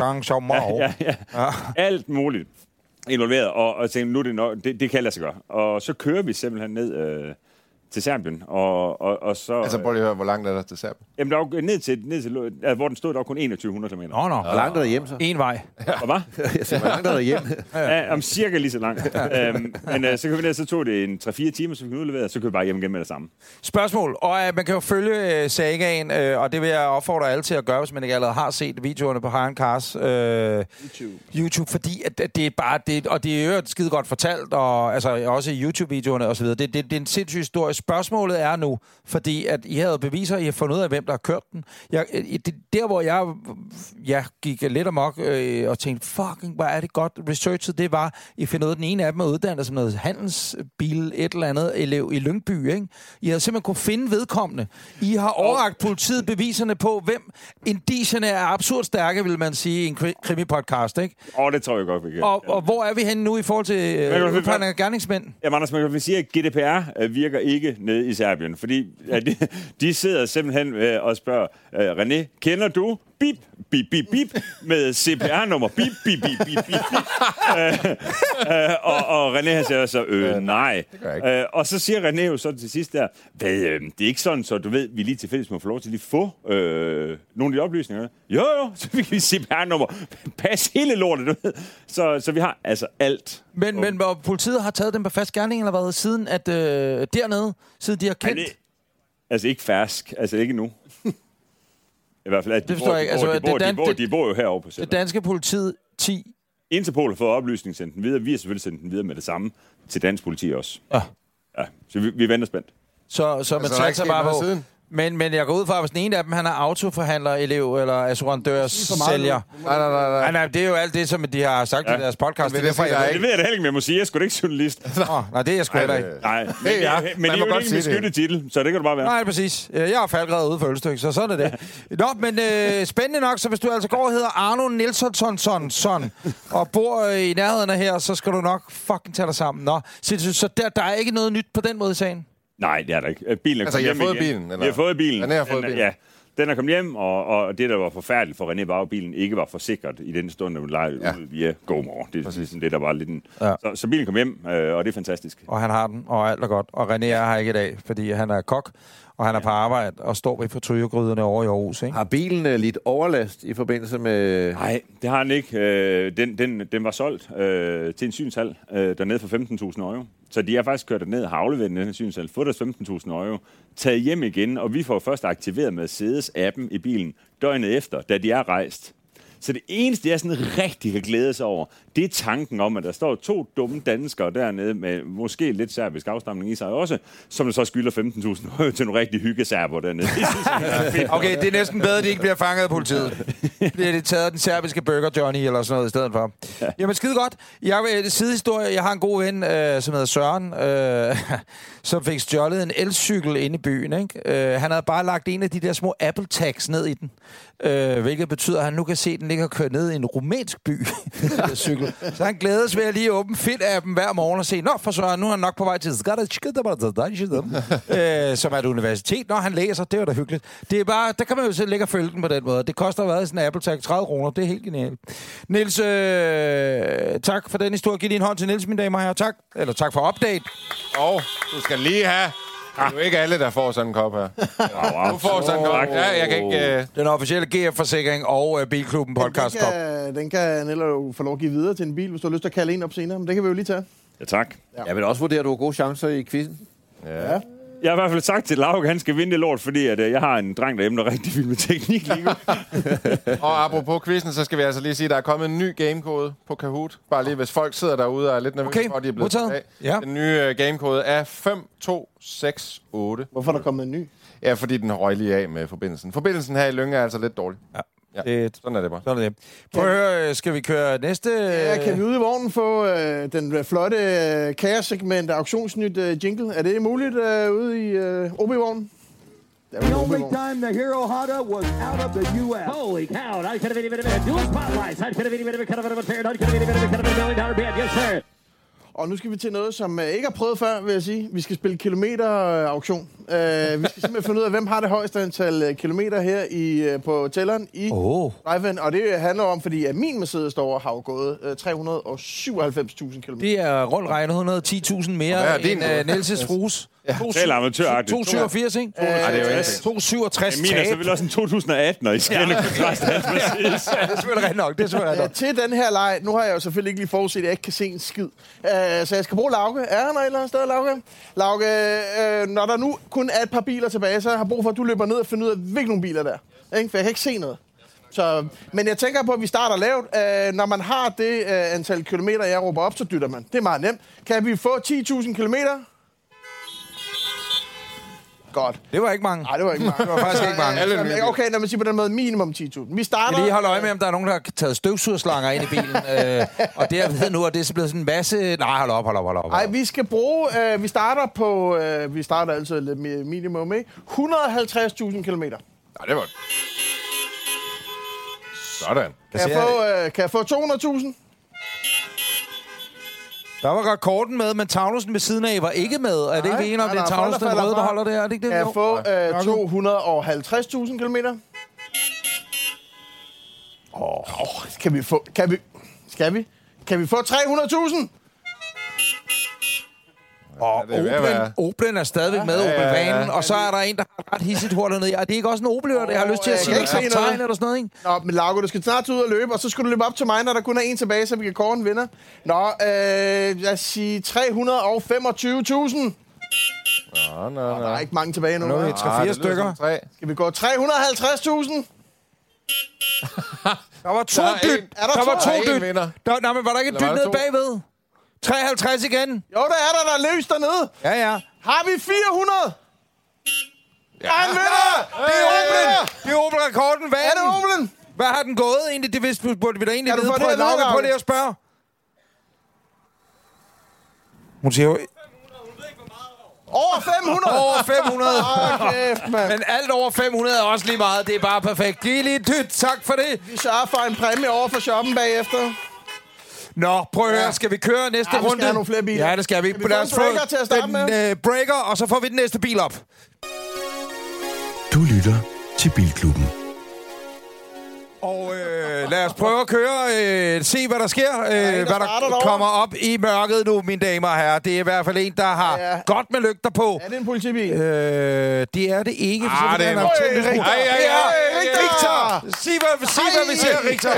Alt muligt involveret, og tænkte, nu er det nok, det kan lade sig gøre. Og så kører vi simpelthen ned til Serbien, og så... Altså, prøv lige at høre, hvor langt er der til Serbien? Jamen, der var ned til hvor den stod, der var kun 2100 km. Nå. Hvor langt er der hjem, så? En vej. Hvad? Hvor langt er der hjem? Ja, om cirka lige så langt. Men så kan vi ned, så tog det en 3-4 timer, så vi kunne udlevere, så kan vi bare hjem igen med det samme. Spørgsmål, og man kan jo følge sagaen, og det vil jeg opfordre alle til at gøre, hvis man ikke allerede har set videoerne på Hagen Cars YouTube, fordi at det er bare det, og det er jo skide godt fortalt, og altså også i YouTube-videoerne og så videre. Det er en sindssyg historie. Spørgsmålet er nu, fordi at I havde beviser, I har fundet ud af, hvem der har kørt den. Der, hvor jeg gik lidt amok og tænkte, fucking, hvor er det godt researchet, det var, I finder ud af, den ene af dem er uddannet som noget handelsbil, et eller andet elev i Lyngby, ikke? I havde simpelthen kunne finde vedkommende. I har overrakt politiet beviserne på, hvem indicierne er absurd stærke, vil man sige, i en krimi-podcast, ikke? Det tror jeg godt, vi kan. Og hvor er vi henne nu i forhold til udpegning af gerningsmænd? Jamen, Anders, man kan sige, at GDPR virker ikke nede i Serbien, fordi de sidder simpelthen og spørger, René, kender du bip, bip, bip, bip, med CPR-nummer, bip, bip, bip, bip, bip. Og René han siger så, nej. Og så siger René jo så til sidst der, det er ikke sådan, så du ved, vi lige tilfældigvis må få lov til lige få nogle af de oplysninger. Jo, så fik vi CPR-nummer. Pas hele lortet, du ved. Så vi har altså alt. Men politiet har taget dem på fast gerning, eller hvad, siden at dernede, siden de har kendt? Altså ikke fersk, altså ikke nu. I hvert fald, at de bor jo herovre på det danske politiet 10. Interpol har fået oplysning, sendt den videre. Vi har selvfølgelig sendt den videre med det samme til dansk politi også. Ja, så vi venter spændt. Så man tager sig bare på. Siden. Men jeg går ud fra, hvis den ene af dem, han er autoforhandler, elev eller assurandørs-sælger. Nej, det er jo alt det, som de har sagt i deres podcast. Det ved jeg da heller ikke, men jeg må sige, jeg er sgu da ikke journalist. Nej, det er jeg sgu heller ikke. Nej, men det er jo ikke en beskyttet titel, så det kan du bare være. Nej, præcis. Jeg er faldgrædet ude for ølstykke, så sådan er det. Nå, men spændende nok, så hvis du altså går og hedder Arno Nilsson og bor i nærheden af her, så skal du nok fucking tage dig sammen. Nå, så der er ikke noget nyt på den måde i sagen? Nej, det er der ikke. Bilen er altså, kommet hjem igen. Bilen? Eller? Vi har fået bilen. René har fået bilen? Ja, den er kommet hjem, og det, der var forfærdeligt for René, var at bilen ikke var forsikret i den stund, at hun lejede ud via GoMore. Det er sådan det, der var lidt en... Ja. Så bilen kom hjem, og det er fantastisk. Og han har den, og alt er godt. Og René er her ikke i dag, fordi han er kok, og han er på arbejde og står ved fortrygergryderne over i Aarhus. Ikke? Har bilen lidt overlast i forbindelse med... Nej, det har han ikke. Den var solgt til en synshal dernede for 15.000 euro. Så de har faktisk kørt ned og har afleveret den her synshal, fået deres 15.000 euro, taget hjem igen, og vi får først aktiveret Mercedes-appen i bilen døgnet efter, da de er rejst. Så det eneste, jeg sådan rigtig kan glæde sig over, det er tanken om, at der står 2 dumme danskere dernede med måske lidt serbisk afstamning i sig også, som der så skylder 15.000 euro til nogle rigtig hyggeserber dernede. Okay, det er næsten bedre, at de ikke bliver fanget af politiet. Bliver det taget af den serbiske burger Johnny eller sådan noget i stedet for. Ja. Jamen skide godt. Sidehistorie, jeg har en god ven, som hedder Søren, som fik stjålet en elcykel inde i byen. Ikke? Han havde bare lagt en af de der små Apple tags ned i den. Hvilket betyder, at han nu kan se, at den ligger og kører ned i en rumænsk by. Cykel. Så han glæder sig ved at lige åbne Fit-appen hver morgen og se, nå for Søren, nu er han nok på vej til som er et universitet. Når han læser, det var da hyggeligt. Det er bare, der kan man jo selv lægge og følge den på den måde. Det koster hvad sådan en Apple Tag 30 kroner. Det er helt genialt. Niels, tak for den historie. Giv din hånd til Niels, mine damer og herrer. Tak. Eller tak for update. Og du skal lige have... Det er jo ikke alle, der får sådan en kop her. Du får sådan en kop. Ja, jeg kan ikke... Den officielle GF-forsikring og Bilklubben podcast-kop. Den kan Nella jo få lov at give videre til en bil, hvis du har lyst til at kalde en op senere. Men det kan vi jo lige tage. Ja, tak. Jeg vil også vurdere, at du har gode chancer i quizzen. Ja. Jeg har i hvert fald sagt til Lauke, at han skal vinde det lort, fordi at, jeg har en dreng derhjemme, der er rigtig vild med teknik. Og apropos quizzen, så skal vi altså lige sige, at der er kommet en ny gamekode på Kahoot. Bare lige, hvis folk sidder derude og er lidt nervøse for, at de er blevet taget. Ja. Den nye gamekode er 5268. Hvorfor er der kommet en ny? Ja, fordi den røg lige af med forbindelsen. Forbindelsen her i Lynge er altså lidt dårlig. Ja. Sådan er det bare. Sådan er det. Prøv at høre, skal vi køre næste... Ja, kan vi ude i vognen få den flotte kaos-segment auktionsnyt jingle? Er det muligt ude i OB-vognen? The only time the Hero Honda was out of the U.S. Holy cow! I could have been dual spotlights. I could have been cut of a pair. I could have been $1 million bid. Yes, sir. Og nu skal vi til noget, som ikke har prøvet før, vil jeg sige. Vi skal spille kilometer-auktion. Vi skal simpelthen finde ud af, hvem har det højeste antal kilometer her på tælleren i drive-in. Og det handler om, fordi at min Mercedes står har jo gået 397.000 kilometer. Det er rundt regnet 110.000 mere end Niels' frus. Ja. 287, ikke? Ja, det er jo 267 min er selvfølgelig også en 2018, og I skal kontrast af Mercedes. Ja, det er selvfølgelig rigtig nok. Til den her leg, nu har jeg jo selvfølgelig ikke lige forudset, at jeg ikke kan se en skid. Så jeg skal bruge Lauke. Er han et eller andet sted, Lauke? Lauke, når der nu kun er et par biler tilbage, så har jeg brug for, at du løber ned og finder ud af, hvilke nogle biler der er. Ikke? For jeg kan ikke se noget. Men jeg tænker på, at vi starter lavt. Når man har det antal kilometer, jeg råber op, så dytter man. Det er meget nemt. Kan vi få 10.000 kilometer? Godt. Det var ikke mange. Nej, det var ikke mange. Det var faktisk ikke mange. Okay, når man siger på den måde minimum 10.000. Vi starter... Jeg lige holde øje med, om der er nogen, der har taget støvsugerslanger ind i bilen. Og det jeg ved nu, at det er blevet sådan en masse... Nej, hold op. Nej, vi skal bruge... vi starter altså lidt minimum, ikke? 150.000 kilometer. Nej, det var... Sådan. Kan jeg få 200.000? Der var rekorden med, men Tagnussen ved siden af var ikke med. Er det ikke en af det Tagnussen, den røde, der holder der? Er det ikke det? Kan jeg få 250.000 kilometer? Kan vi få 300.000? Og Oplen er stadigvæk med, Opel-vanen, og så er der en, der har ret hissigt hurtigt dernede. Er det ikke også en Opel, jeg har lyst til at sige kaptajn eller sådan noget, ikke? Nå, men Lauke, du skal snart ud og løbe, og så skal du løbe op til mig, når der kun er en tilbage, så vi kan kåre en vinder. Nå, lad os sige 325.000. Nå. Der er ikke mange tilbage nu. Nu er vi 3-4 stykker. Skal vi gå 350.000? Der var to dyt. Der var to dyt. Nej, men var der ikke et dyt nede bagved? 53 igen. Jo, der er løs dernede. Ja. Har vi 400? Ja. Han vinder! Det er Oplen! Det er Opel-rekorden. Hvad er det, Oplen? Hvad har den gået egentlig? Det vidste burde vi da egentlig vide. Prøv lige at spørge. Hun siger jo... Over 500! Over 500! Kæft, mand. Men alt over 500 er også lige meget. Det er bare perfekt. Giv lige et dyt. Tak for det. Vi sørger for en præmie over for shoppen bagefter. Nå, prøv at høre. Skal vi køre næste runde? Vi skal have nogle flere biler. Ja, det skal vi. Skal vi få en breaker til at starte med? Breaker, og så får vi den næste bil op. Du lytter til Bilklubben. Og lad os prøve at køre, se hvad der sker, hvad der kommer op i mørket nu, mine damer og herrer. Det er i hvert fald en, der har godt med lygter på. Er det en politibil? Det er det ikke. Det er Victor! Sig hvad vi ser, Victor.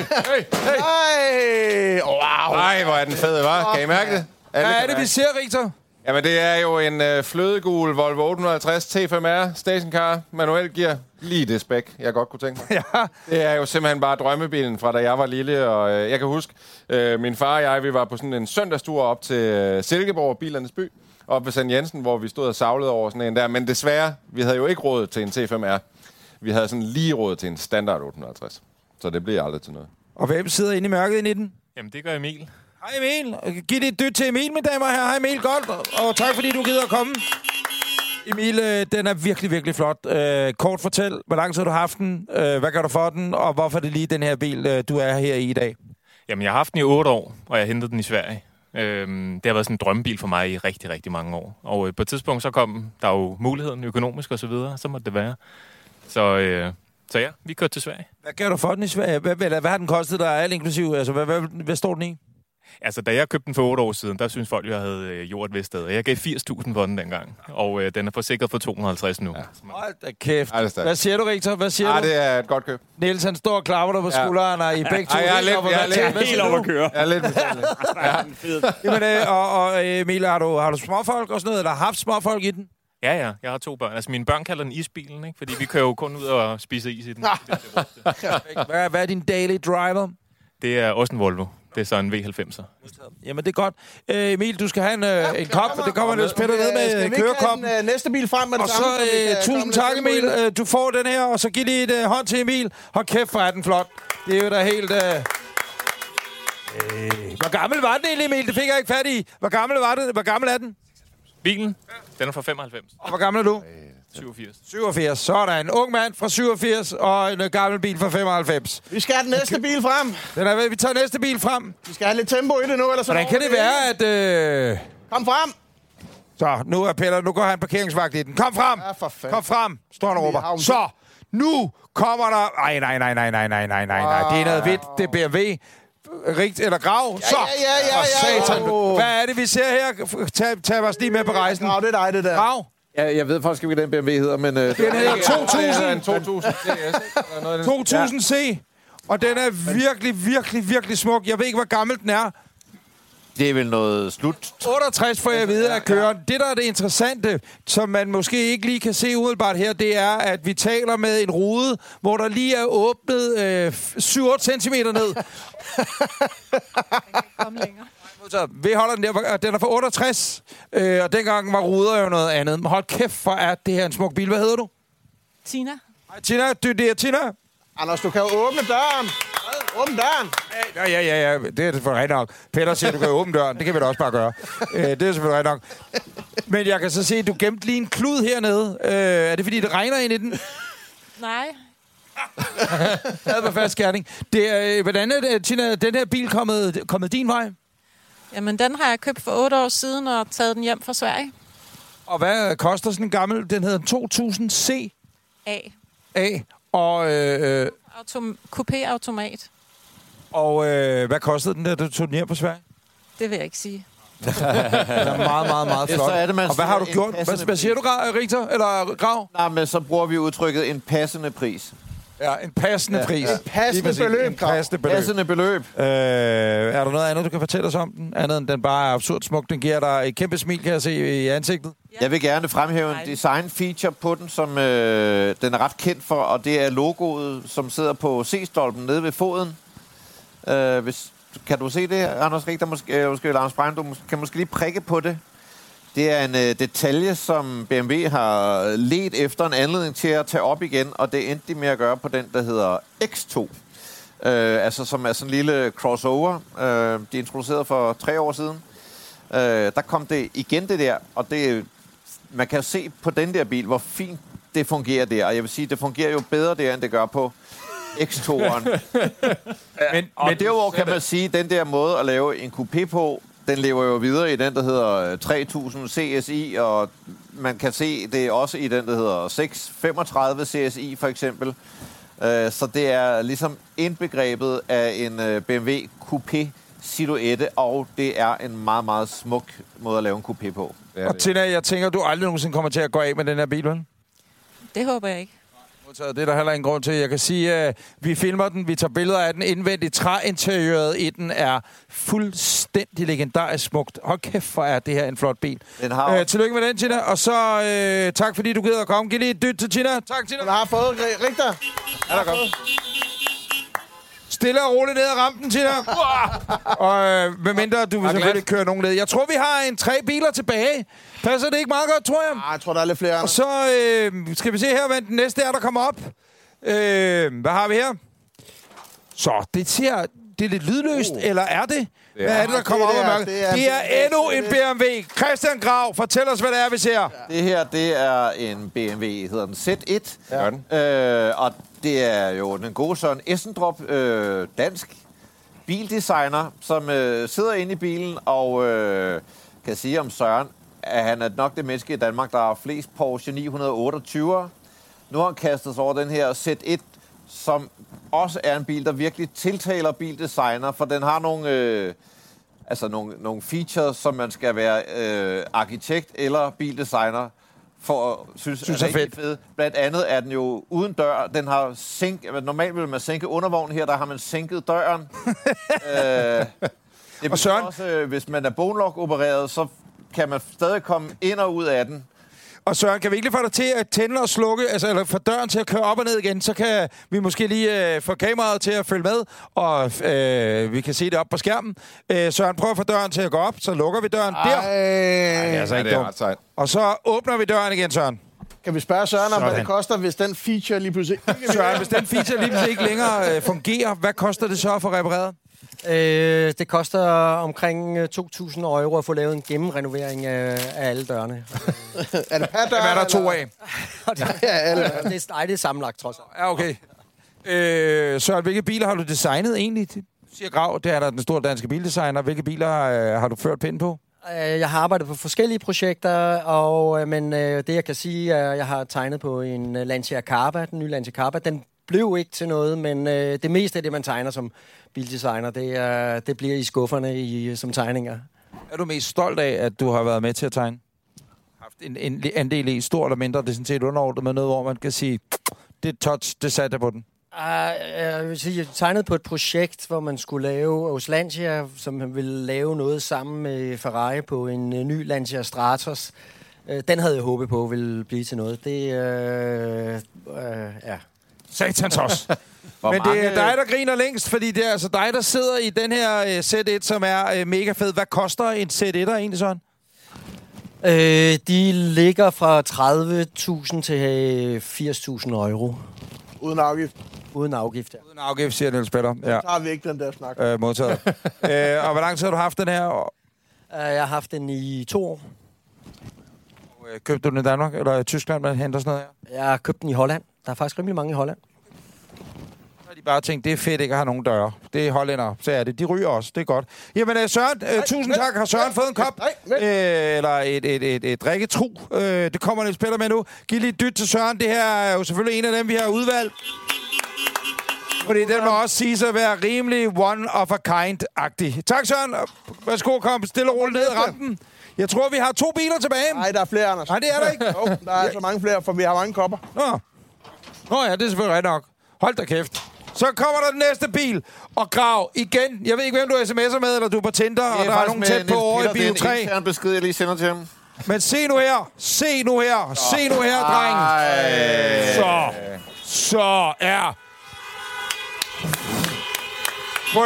Wow. Nej, hvor er den fed, hva'? Kan I mærke det? Hvad er det, vi ser, Victor? Jamen, det er jo en flødegul Volvo 850 T5R stationcar, manuel gear. Lige det spæk, jeg godt kunne tænke mig. Ja. Det er jo simpelthen bare drømmebilen fra da jeg var lille, og jeg kan huske, min far og jeg, vi var på sådan en søndagstur op til Silkeborg, Bilernes By, op ved San Jensen, hvor vi stod og savlede over sådan en der. Men desværre, vi havde jo ikke råd til en T5R. Vi havde sådan lige råd til en standard 850. Så det blev aldrig til noget. Og hvem sidder inde i mørket i den? Jamen, det gør Emil. Hej Emil. Giv det et dyt til Emil, mine damer og herrer. Hej Emil, godt. Og tak fordi du gider at komme. Emil, den er virkelig, virkelig flot. Kort fortæl, hvor lang tid har du haft den? Hvad gør du for den? Og hvorfor er det lige den her bil, du er her i dag? Jamen, jeg har haft den i 8 år, og jeg hentede den i Sverige. Det har været sådan en drømmebil for mig i rigtig, rigtig mange år. Og på et tidspunkt så kom der jo muligheden økonomisk og så videre. Så måtte det være. Så ja, vi kørte til Sverige. Hvad gør du for den i Sverige? Hvad har den kostet dig alt inklusiv? Altså, hvad står den i? Altså, da jeg købte den for 8 år siden, der synes folk, jeg havde gjort et vist sted. Jeg gav 80.000 for den dengang, og den er forsikret for 250 nu. Ja. Hold da kæft. Hvad siger du, Rector? Hvad siger du? Det er et godt køb. Niels, han står og klapper dig på skulderen, og I begge to... Jeg er helt op at køre. Jeg er lidt besættet. Jamen, og Emil, har du småfolk og sådan noget, eller har haft småfolk i den? Ja, jeg har 2 børn. Altså, mine børn kalder den isbilen, ikke? Fordi vi kører jo kun ud og spiser is i den. Hvad er din daily driver? Det er også en Volvo. Det er så en V90'er. Jamen, det er godt. Emil, du skal have en kop. Det kommer Niels Peter ned med kørekoppen. Skal vi ikke næste bil frem med det og samme? Og så tusind tak, Emil. Du får den her, og så giv lige et hånd til Emil. Hold kæft, hvor er den flot. Det er jo da helt... Hvor gammel var den egentlig, Emil? Det fik jeg ikke fat i. Hvor gammel er den? Bilen? Den er fra 95. Og hvor gammel er du? 87. 87. Så er der en ung mand fra 87 og en gammel bil fra 95. Vi skal have den næste bil frem. Vi tager næste bil frem. Vi skal have lidt tempo i det nu, eller så... Hvordan kan det være, at... Kom frem! Så, nu er Peter, nu går han parkeringsvagt i den. Kom frem! Ja, for fanden. Kom frem! Står han og råber. Så, nu kommer der... Ej, nej. Det er noget hvidt. Det er BMW. Rigt eller grav. Så! Ja. Satan. Hvad er det, vi ser her? Tag os lige med på rejsen. Grav, det er dig, det der. Grav. Ja, jeg ved faktisk ikke, hvad den BMW hedder, men... Den hedder 2000. 2000 CS. 2000 C. Og den er virkelig smuk. Jeg ved ikke, hvor gammel den er. Det er vel noget slut. 68 får jeg at vide af køren. Det, der er det interessante, som man måske ikke lige kan se umiddelbart her, det er, at vi taler med en rude, hvor der lige er åbnet 7-8 centimeter ned. Kom længere. Så vi holder den der. Den er fra 68, og dengang var ruder jo noget andet. Men hold kæft, for er det her en smuk bil. Hvad hedder du? Tina. Hej, Tina. Det er Tina. Anders, du kan jo åbne døren. Åbne døren. Ja. Det er for rigtig nok. Peter siger, du kan åbne døren. Det kan vi da også bare gøre. Det er selvfølgelig rigtig nok. Men jeg kan så se, at du gemte lige en klud hernede. Er det, fordi det regner ind i den? Nej. Det var fast gerning. Hvordan er det, Tina, den her bil kommet din vej? Jamen, den har jeg købt for 8 år siden og taget den hjem fra Sverige. Og hvad koster sådan en gammel? Den hedder 2000 C? A. Og... Coupé automat. Og hvad kostede den der, du tog den hjem på Sverige? Det vil jeg ikke sige. Det er meget, meget, meget flot. Så er det, man og hvad har du siger, gjort? Hvad siger du, Richter? Eller Grav? Nej, men så bruger vi udtrykket en passende pris. Ja, en passende pris. Et passende beløb, Passende beløb. Er der noget andet, du kan fortælle os om den? Andet end den bare er absurd smuk. Den giver dig et kæmpe smil, kan jeg se i ansigtet. Ja. Jeg vil gerne fremhæve en design feature på den, som den er ret kendt for, og det er logoet, som sidder på C-stolpen nede ved foden. Kan du se det, Anders Richter? Måske Lars Brein, du kan måske lige prikke på det. Det er en detalje, som BMW har ledt efter en anledning til at tage op igen, og det endte de med at gøre på den, der hedder X2. Altså som er sådan en lille crossover. De introducerede for 3 år siden. Der kom det igen det der, og man kan se på den der bil, hvor fint det fungerer der. Og jeg vil sige, det fungerer jo bedre der, end det gør på X2'eren. Men derudover kan man sige, at den der måde at lave en coupé på, den lever jo videre i den, der hedder 3000 CSI, og man kan se det også i den, der hedder 635 CSI for eksempel. Så det er ligesom indbegrebet af en BMW Coupé silhuette, og det er en meget, meget smuk måde at lave en coupé på. Og Tina, jeg tænker, du aldrig nogensinde kommer til at gå af med den her bil, vel? Det håber jeg ikke. Det er der heller ingen grund til. Jeg kan sige, at vi filmer den, vi tager billeder af den indvendigt. Træinteriøret i den er fuldstændig legendarisk smukt. Hold kæft, hvor er det her en flot bil. Tillykke med den, Tina. Og så tak, fordi du gider at komme. Giv lige et dyt til Tina. Tak, Tina. Den har fået Richter. Ja, der godt. Stille og roligt ned ad rampen, Tina. Og medmindre du vil selvfølgelig køre nogen ned. Jeg tror, vi har 3 biler tilbage. Passer det ikke meget godt, tror jeg? Nej, jeg tror, der er lidt flere. Og så skal vi se her, hvad den næste er, der kommer op. Hvad har vi her? Så, det er lidt lydløst, eller er det? Hvad er det, der kommer op af mørket? Det er endnu en BMW. Christian Grav, fortæl os, hvad det er, vi ser. Ja. Det her, det er en BMW, hedder den Z1. Og det er jo den gode Søren Essendrup, dansk bildesigner, som sidder inde i bilen og kan sige om Søren, at han er nok det menneske i Danmark, der har flest Porsche 928'er. Nu har han kastet sig over den her Z1, som også er en bil, der virkelig tiltaler bildesigner, for den har nogle features, som man skal være arkitekt eller bildesigner for at synes er rigtig fed. Blandt andet er den jo uden dør. Den har normalt vil man sænke undervognen her, der har man sænket døren. Det betyder også, hvis man er bone-lock-opereret, så kan man stadig komme ind og ud af den. Og Søren, kan vi ikke få dig til at tænde og slukke, eller få døren til at køre op og ned igen, så kan vi måske lige få kameraet til at følge med, og vi kan se det op på skærmen. Søren, prøv at få døren til at gå op, så lukker vi døren der. Ej, det er altså ikke dumt. Og så åbner vi døren igen, Søren. Kan vi spørge Søren om, hvad det koster, hvis den feature lige pludselig ikke Søren, hvis den feature lige pludselig ikke længere fungerer, hvad koster det så for repareret? Det koster omkring 2.000 euro at få lavet en gennemrenovering af alle dørene. Er det per dør? Hvad er der 2 af? Nej, det er sammenlagt, trods alt. Ja, okay. Søren, hvilke biler har du designet egentlig? Siger Grav, det er der den store danske bildesigner. Hvilke biler har du ført pind på? Jeg har arbejdet på forskellige projekter, men det jeg kan sige, er, at jeg har tegnet på en Lancia Carpa, den nye Lancia Carpa. Den blev ikke til noget, men det meste af det, man tegner som bildesigner, det bliver i skufferne som tegninger. Er du mest stolt af, at du har været med til at tegne? Haft en andel i, stort eller mindre, det er sådan set underordnet med noget, hvor man kan sige, det touch, det satte jeg på den. Jeg vil sige, jeg tegnede på et projekt, hvor man skulle lave hos Lancia, som ville lave noget sammen med Ferrari på en ny Lancia Stratos. Den havde jeg håbet på ville blive til noget. Ja. Satans også. Men det er dig, der griner længst, fordi det er altså dig, der sidder i den her Z1, som er mega fed. Hvad koster en Z1'er egentlig sådan? De ligger fra 30.000 til 80.000 euro. Uden afgift? Uden afgift, ja. Uden afgift, siger Niels Petter. Ja. Så tager vi ikke den der snak. Modtaget. Og hvor lang tid har du haft den her? Jeg har haft den i 2 år. Købte du den i Danmark, eller i Tyskland, man henter sådan noget her? Jeg har købt den i Holland. Der er faktisk rimelig mange i Holland. Så har de bare tænkt, det er fedt ikke at have nogen døre. Det er hollændere, så er det. De ryger også, det er godt. Jamen Søren, tusind tak. Har Søren fået en kop? Eller et drikketru? Det kommer Niels Petter med nu. Giv lige et dyt til Søren. Det her er jo selvfølgelig en af dem, vi har udvalgt. Fordi den må også sige sig at være rimelig one of a kind-agtig. Tak, Søren. Værsgo, kom stille og roligt ned i rampen. Jeg tror, vi har 2 biler tilbage. Nej, der er flere, Anders. Nej, det er der ikke. Jo, der er så mange flere, for vi har mange kopper. Nå ja, det er selvfølgelig rigtigt nok. Hold da kæft. Så kommer der den næste bil. Og Grav, igen. Jeg ved ikke, hvem du sms'er med, eller du er på Tinder, og der er nogen tæt på over i Bio 3. Det er en besked, jeg lige sender til ham. Men se nu her. Se nu her. Se nu her, dreng. Så er... Prøv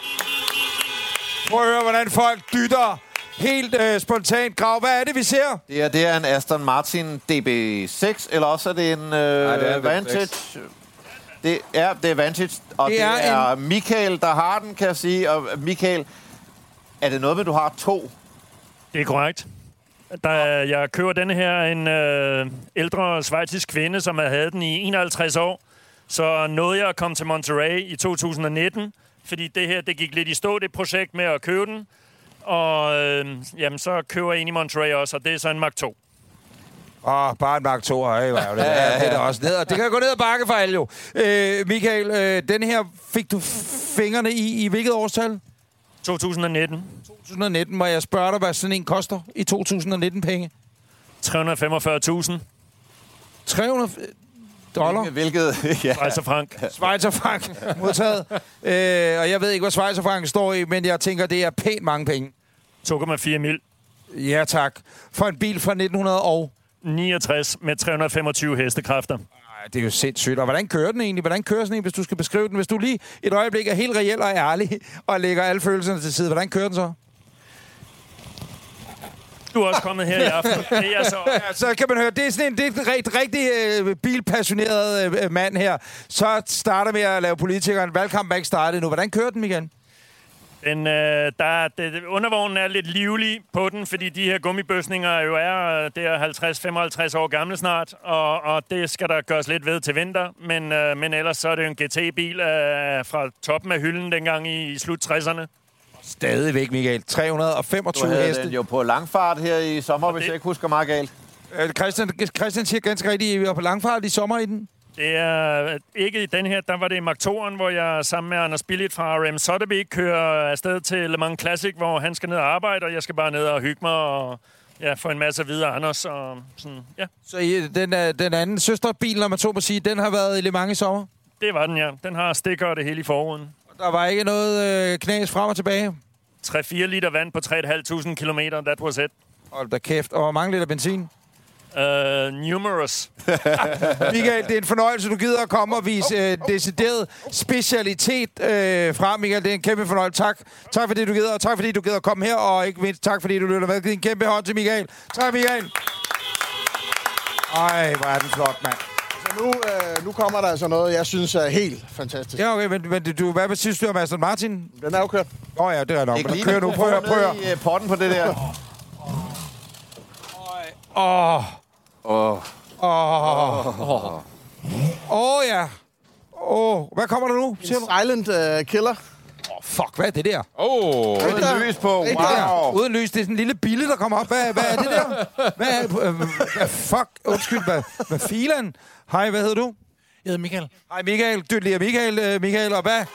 at høre, hvordan folk dytter helt spontant. Grav, hvad er det, vi ser? Det er en Aston Martin DB6, eller også er det en Vantage. Det er Vantage, og det er Michael, der har den, kan jeg sige. Og Michael, er det noget med, du har 2? Det er korrekt. Jeg køber denne her en ældre schweizisk kvinde, som havde den i 51 år. Så nåede jeg at komme til Monterey i 2019, fordi det gik lidt i stå, det projekt med at købe den. Og så køber jeg en i Monterey også, og det er så en Mark 2. Bare en Mark 2, det er også ned. Det kan gå ned og bakke for alle jo. Michael, den her fik du fingrene i hvilket årstal? 2019. 2019, må jeg spørge dig, hvad sådan en koster i 2019 penge? 345.000. 300 dollar? Hvilket? Schweizerfranc. Schweizerfranc, modtaget. Og jeg ved ikke, hvad Schweizerfranc står i, men jeg tænker, det er pænt mange penge. 2,4 mil. Ja, tak. For en bil fra 1969 med 325 hestekræfter. Det er jo sindssygt. Og hvordan kører den egentlig? Hvordan kører sådan en, hvis du skal beskrive den? Hvis du lige et øjeblik er helt reel og ærlig og lægger alle følelserne til side, hvordan kører den så? Du er også kommet her i aften. Det er så. Ja, så kan man høre, det er sådan en rigtig bilpassioneret mand her. Så starter med at lave politikeren. Valgkampen er ikke startet nu. Hvordan kører den, Michael? Undervognen er lidt livlig på den, fordi de her gummibøsninger jo er 50-55 år gamle snart, og det skal der gøres lidt ved til vinter. Men ellers så er det jo en GT-bil fra toppen af hylden dengang i slut 60'erne. Stadigvæk, Michael. 325 heste. Du havde den jo på langfart her i sommer, hvis jeg ikke husker meget galt. Christian siger ganske rigtigt, at vi var på langfart i sommer i den. Det er ikke i den her. Der var det i Mark 2'eren, hvor jeg sammen med Anders Billit fra RM Sotheby kører afsted til Le Mans Classic, hvor han skal ned og arbejde, og jeg skal bare ned og hygge mig og få en masse videre Anders. Og sådan, ja. Så den anden søsterbil, når man så må sige, den har været i Le Mans i sommer? Det var den, ja. Den har stikker og det hele i forruden. Der var ikke noget knas frem og tilbage? 3-4 liter vand på 3.500 kilometer, that was it. Hold da kæft. Og hvor mange liter benzin? Numerous. Michael, det er en fornøjelse, du gider at komme og vise decideret specialitet frem, Michael. Det er en kæmpe fornøjelse. Tak fordi du gider, og tak fordi du gider at komme her, og ikke mindst tak fordi du lytter med. Giv en kæmpe hånd til Michael. Tak, Michael. Ej, hvor er den flot, mand. Så nu kommer der altså noget, jeg synes er helt fantastisk. Ja, okay, men hvad synes du om Aston Martin? Den er jo kørt. Ja, det er nok. Men kører nu. Prøv i potten på det der. Ja. Hvad kommer der nu? Silent Killer. Fuck, hvad er det der? Uden lys på. Wow. Uden lys, det er sådan en lille bille, der kommer op. Hvad er det der? Fuck, undskyld, hvad filen? Hej, hvad hedder du? Jeg hedder Michael. Hej, Michael. Du er Michael, og hvad?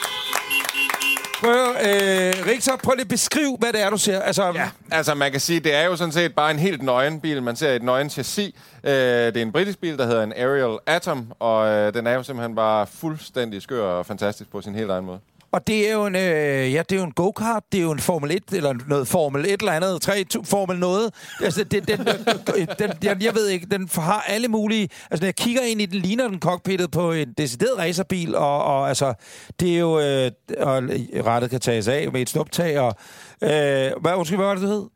Richter, prøv lige at beskrive, hvad det er, du ser. Altså man kan sige, det er jo sådan set bare en helt nøgen bil. Man ser et nøgen chassis. Det er en britisk bil, der hedder en Ariel Atom, og den er jo simpelthen bare fuldstændig skør og fantastisk på sin helt egen måde. Og det er jo en go-kart, det er jo en Formel 1, eller noget Formel 1 eller andet, Formel noget. Altså, jeg ved ikke, den har alle mulige... Altså, når jeg kigger ind i den, ligner den cockpittet på en decideret racerbil, og altså, det er jo... og rettet kan tages af med et snuptag, og... hvad var det, du hed?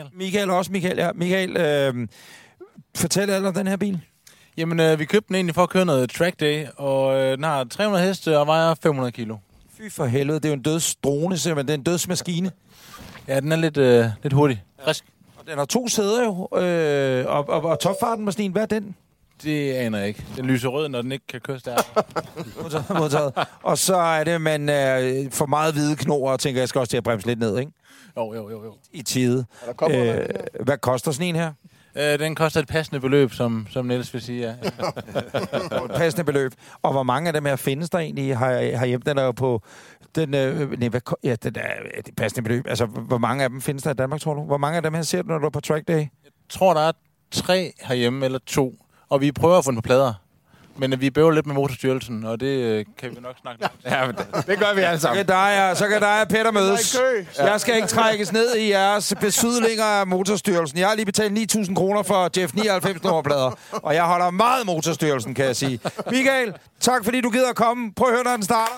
Michael, fortæl alle om den her bil. Jamen, vi købte den egentlig for at køre noget track day, og den har 300 heste og vejer 500 kilo. Fy for helvede, det er jo en dødsdrone, simpelthen. Det er en dødsmaskine. Ja, den er lidt hurtig. Frisk. Og den har 2 sæder jo, og topfarten-maskinen, hvad er den? Det aner jeg ikke. Den lyser rød, når den ikke kan køre stærkt. Modtaget. Og så er det, man får meget hvide knoer, og tænker, jeg skal også til at bremse lidt ned, ikke? Jo. I tide. Hvad koster sådan en her? Den koster et passende beløb, som Niels vil sige, ja. Et passende beløb. Og hvor mange af dem her findes der egentlig herhjemme? Den er jo på... den er det passende beløb. Altså, hvor mange af dem findes der i Danmark, tror du? Hvor mange af dem her ser du, når du er på track day? Jeg tror, der er 3 herhjemme, eller 2. Og vi prøver at få den på plader. Men vi bøver lidt med Motorstyrelsen, og det kan vi nok snakke lidt. Ja, det gør vi altså. Så kan dig og Peter mødes. Jeg skal ikke trækkes ned i jeres besydlinger af Motorstyrelsen. Jeg har lige betalt 9.000 kroner for Jeff 99 nummerplader, og jeg holder meget Motorstyrelsen, kan jeg sige. Michael, tak fordi du gider at komme. Prøv at høre, når den starter.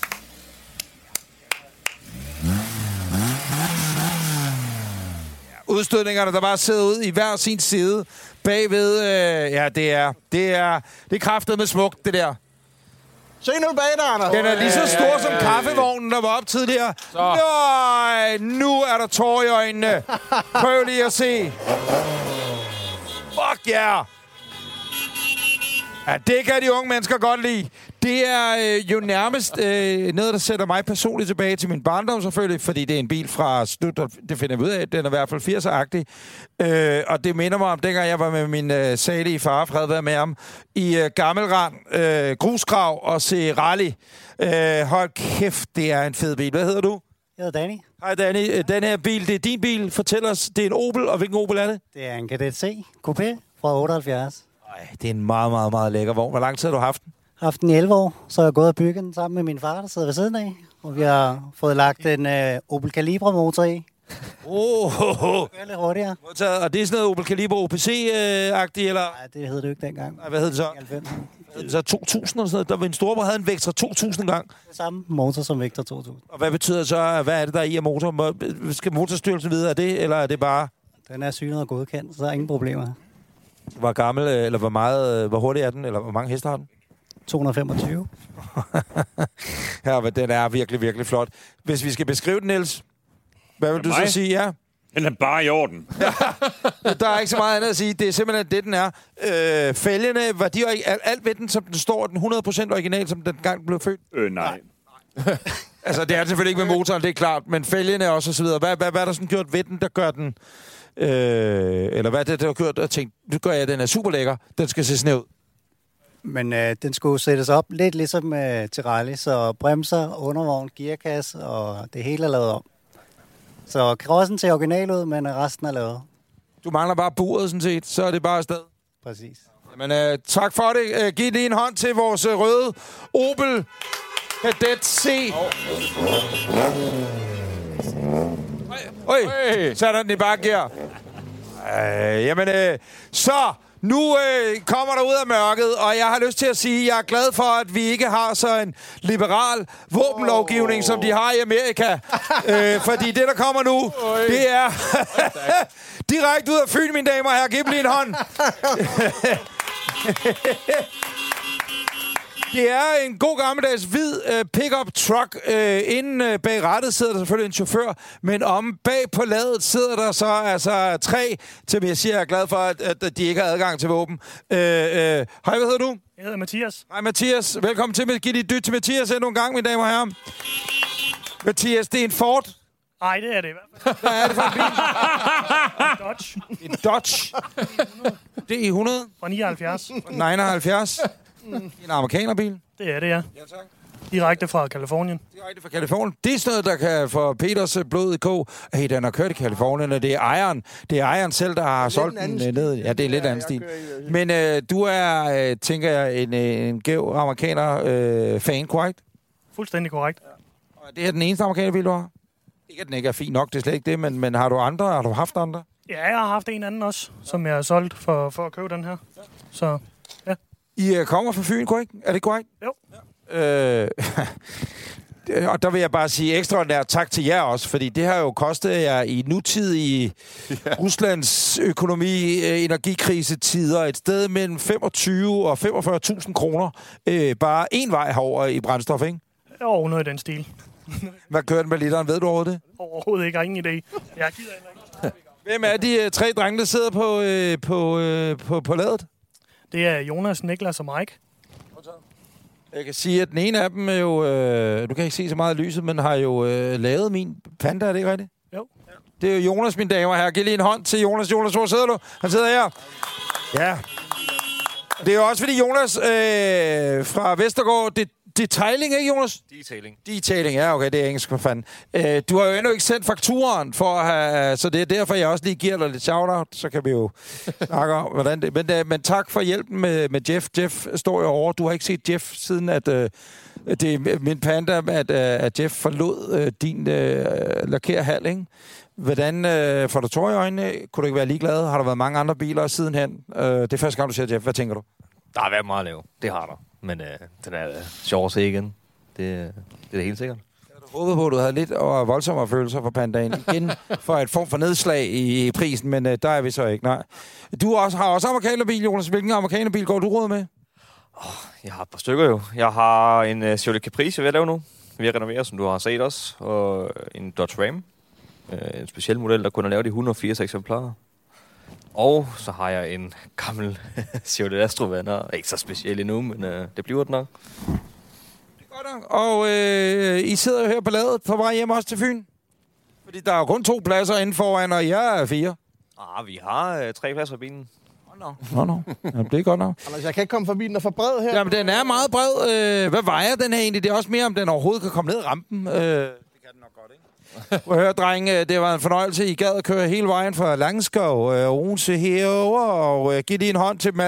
Udstødningerne, der bare sidder ud i hver sin side bagved. Det er kraftet med smukt, det der. Se nu bag dig, Anders. Den er lige så stor som kaffevognen, der var op tidligere. Nej, nu er der tår i øjnene. Prøv lige at se. Fuck yeah. Ja, det kan de unge mennesker godt lide. Det er jo nærmest noget, der sætter mig personligt tilbage til min barndom, selvfølgelig, fordi det er en bil fra slut, det finder vi ud af, den er i hvert fald 80'er-agtig. Og det minder mig om, dengang jeg var med min salige far, fred være med ham, i Gammelrand, grusgrav og se rally. Hold kæft, det er en fed bil. Hvad hedder du? Jeg hedder Danny. Hej Danny. Den her bil, det er din bil. Fortæl os, det er en Opel, og hvilken Opel er det? Det er en Kadett C Coupé fra 78. Det er en meget, meget, meget lækker vogn. Hvor lang tid har du haft den? Haft den i 11 år, så er jeg gået og bygget den sammen med min far, der sidder ved siden af. Og vi har fået lagt en Opel Calibra motor i. Det er lidt hurtigere. Og det er sådan noget Opel Calibra OPC-agtigt, eller? Nej, det hed det jo ikke dengang. Nej, hvad hed det så? 90. Så 2000 eller sådan noget. Der var en storebror, havde en Vectra 2000 gang. Det samme motor som Vectra 2000. Og hvad betyder så, hvad er det der er i af motor? Skal Motorstyrelsen vide af det, eller er det bare? Den er synet og godkendt, så der er ingen problemer. Hvor gammel, eller hvor hurtig er den, eller hvor mange heste har den? 225. Ja, men den er virkelig, virkelig flot. Hvis vi skal beskrive den, Niels, hvad vil du så sige? Ja. Den er bare i orden. Ja, der er ikke så meget andet at sige. Det er simpelthen det, den er. Fælgene, var de alt ved den, som den står, den 100% original, som den gang blev født? Nej. Altså, det er selvfølgelig ikke med motoren, det er klart, men fælgene også og så videre. Hvad er der sådan gjort ved den, der gør den... eller hvad er det, der har gjort, og tænkt, nu gør jeg, den er super lækker, den skal se snævd. Men den skulle sættes op lidt ligesom til rally, så bremser, undervogn, gearkasse og det hele er lavet om. Så karossen ser original ud, men resten er lavet. Du mangler bare buret, sådan set, så er det bare afsted. Præcis. Jamen, tak for det. Giv lige en hånd til vores røde Opel Kadett C. Så er den i bakgear. Så nu kommer der ud af mørket, og jeg har lyst til at sige, at jeg er glad for, at vi ikke har så en liberal våbenlovgivning, som de har i Amerika. Fordi det, der kommer nu, det er direkte ud af Fyn, mine damer og herrer. Giv dem lige en hånd. Det er en god gammeldags hvid pick-up truck. Inden bag rattet sidder der selvfølgelig en chauffør, men om bag på ladet sidder der så altså 3, til jeg siger, jeg er glad for, at de ikke har adgang til våben. Hej, hvad hedder du? Jeg hedder Mathias. Hej Mathias, velkommen til. Giv lige et dyt til Mathias endnu en gang, mine damer og herrer. Mathias, det er en Ford. Nej, det er det i hvert fald. Hvad er det for en bil? Dodge. En Dodge. Det er 100? Fra 79. 79. En amerikanerbil? Det er det, ja. Ja, tak. Direkte fra Kalifornien. Direkte fra Kalifornien. Det er sådan noget, der kan få Peters blod i kog. Hey, den har kørt i Kalifornien, og det er ejeren. Det er ejeren selv, der har solgt den ned. Ja, det er lidt anden stil. Men du er, tænker jeg, en gæv amerikaner-fan, korrekt? Fuldstændig korrekt. Ja. Og det er den eneste amerikanerbil, du har? Ikke, at den ikke er fin nok, det er slet ikke det, men har du andre? Har du haft andre? Ja, jeg har haft en anden også, som jeg har solgt for at købe den her. Så, ja. I kommer fra Fyn, korrekt? Er det korrekt? Jo. Og der vil jeg bare sige ekstraordinært tak til jer også, fordi det har jo kostet jer i nutidige Ruslands økonomi, energikrisetider, et sted mellem 25 og 45.000 kroner. Bare en vej herover i brændstof, ikke? Jo, noget i den stil. Hvad kører den med literen? Ved du overhovedet det? Overhovedet ikke. Jeg har ingen idé. Jeg gider ikke. Hvem er de 3 drenge, der sidder på ladet? Det er Jonas, Niklas og Mike. Jeg kan sige, at den ene af dem er jo... du kan ikke se så meget af lyset, men har jo lavet min Panda, er det ikke rigtigt? Jo. Det er jo Jonas, mine damer og herrer. Giv lige en hånd til Jonas. Jonas, hvor sidder du? Han sidder her. Ja. Det er jo også fordi Jonas fra Vestergaard... Detailing, ikke Jonas? Detailing, ja, okay, det er engelsk, for fanden. Du har jo endnu ikke sendt fakturen for at have... Så det er derfor, jeg også lige giver dig lidt shout-out. Så kan vi jo snakke om, hvordan det... Men tak for hjælpen med Jeff. Jeff står jo over. Du har ikke set Jeff siden, at... det er min panda, at Jeff forlod din lakerhal, ikke? Hvordan får du tår i øjnene? Kunne du ikke være ligeglad? Har der været mange andre biler sidenhen? Det er første gang, du ser Jeff. Hvad tænker du? Der har været meget lav. Det har der. Men den er sjov at se igen. Det er det helt sikkert. Jeg havde håbet på, at du havde lidt voldsommere følelser for pandaen. Igen for et form for nedslag i prisen, men der er vi så ikke. Nej. Du har også amerikanerbil, Jonas. Hvilken amerikanerbil går du råd med? Jeg har et par stykker jo. Jeg har en Chevrolet Caprice, jeg vil lave nu. Vi renoverer, som du har set også. Og en Dodge Ram. En speciel model, der kun er lavet i 180 eksemplarer. Og så har jeg en gammel Chevrolet Astrovan. Ikke så speciel endnu, men det bliver det nok. Det er godt nok. Og I sidder jo her på ladet på vej hjem også til Fyn? Fordi der er jo kun 2 pladser inden foran, og jeg er 4. Vi har 3 pladser i bilen. Nå. Jamen, det er godt nok. Anders, jeg kan ikke komme forbi, den er for bred her. Jamen, den er meget bred. Hvad vejer den her egentlig? Det er også mere, om den overhovedet kan komme ned i rampen. Det kan den nok godt, ikke? Prøv at høre, drenge, det var en fornøjelse. I gad at køre hele vejen fra Langskov, Odense herover, og give lige en hånd til dem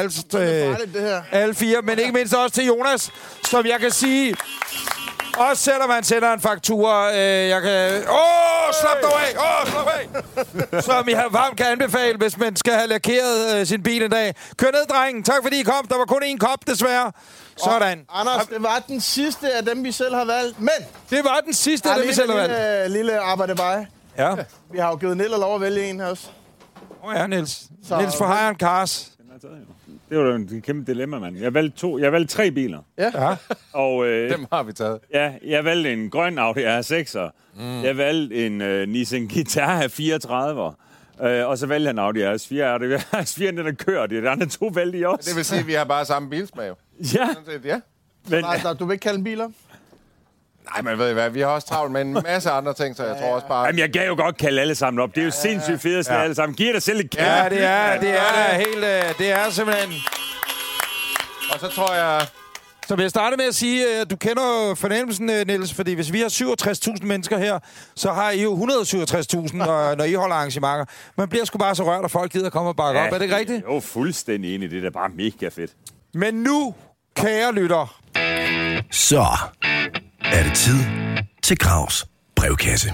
alle 4, men ikke mindst også til Jonas, som jeg kan sige... Også selvom man sender en faktura, jeg kan... slap dig af! Slap af! Som jeg varmt kan anbefale, hvis man skal have lakeret sin bil en dag. Kør ned, drengen. Tak fordi I kom. Der var kun én kop, desværre. Sådan. Og Anders, det var den sidste af dem, vi selv har valgt. Men... Det var den sidste af dem, vi selv har valgt. Lille arbejde bare. Ja. Vi har jo givet Niels lov at vælge en også. Ja, Niels. Niels fra High Cars. Det var et kæmpe dilemma, mand. Jeg valgte 3 biler. Ja. Og, dem har vi taget. Ja, jeg valgte en grøn Audi R6'er. Jeg valgte en Nissan Guitar 34'er. Og så valgte han Audi R4. R4, den er kørt. De andre 2 valgte I også. Det vil sige, at vi har bare samme bilsmag. Ja. Ja. Men, du vil ikke kalde en biler? Nej, men ved I hvad? Vi har også travlt med en masse andre ting, så jeg tror også bare... Jamen, jeg kan jo godt kalde alle sammen op. Det er jo sindssygt fedt at slå alle sammen. Giv dig selv et kæmpe. Ja, det er simpelthen... Og så tror jeg... Så vil jeg starte med at sige, at du kender fornemmelsen, Niels, fordi hvis vi har 67.000 mennesker her, så har I jo 167.000, når I holder arrangementer. Man bliver sgu bare så rørt, at folk gider komme og bakke op. Er det ikke rigtigt? Jo, fuldstændig enig. Det er bare mega fedt. Men nu, kære lytter... Så er det tid til Gravs brevkasse.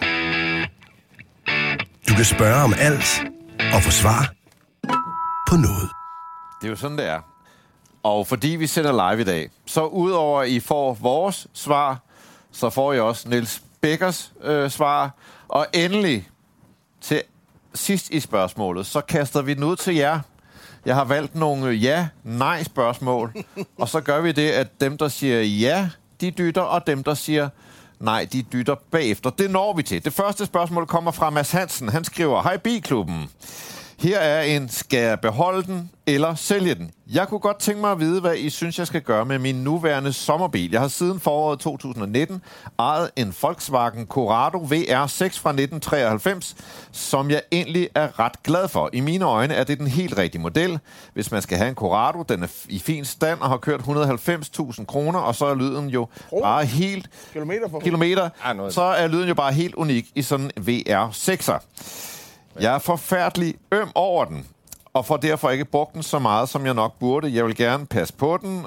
Du kan spørge om alt og få svar på noget. Det er jo sådan, det er. Og fordi vi sender live i dag, så udover at I får vores svar, så får I også Niels Bækkers svar. Og endelig, til sidst i spørgsmålet, så kaster vi den ud til jer. Jeg har valgt nogle ja-nej-spørgsmål, og så gør vi det, at dem, der siger ja, de dytter, og dem, der siger nej, de dytter bagefter. Det når vi til. Det første spørgsmål kommer fra Mads Hansen. Han skriver, hej Bilklubben. Her er en, skal jeg beholde den eller sælge den? Jeg kunne godt tænke mig at vide, hvad I synes, jeg skal gøre med min nuværende sommerbil. Jeg har siden foråret 2019 ejet en Volkswagen Corrado VR6 fra 1993, som jeg egentlig er ret glad for. I mine øjne er det den helt rigtige model. Hvis man skal have en Corrado, den er i fin stand og har kørt 190.000 kroner, og så er lyden jo bare helt... Kilometer. Så er lyden jo bare helt unik i sådan en VR6'er. Jeg er forfærdelig øm over den, og får derfor ikke brugt den så meget, som jeg nok burde. Jeg vil gerne passe på den,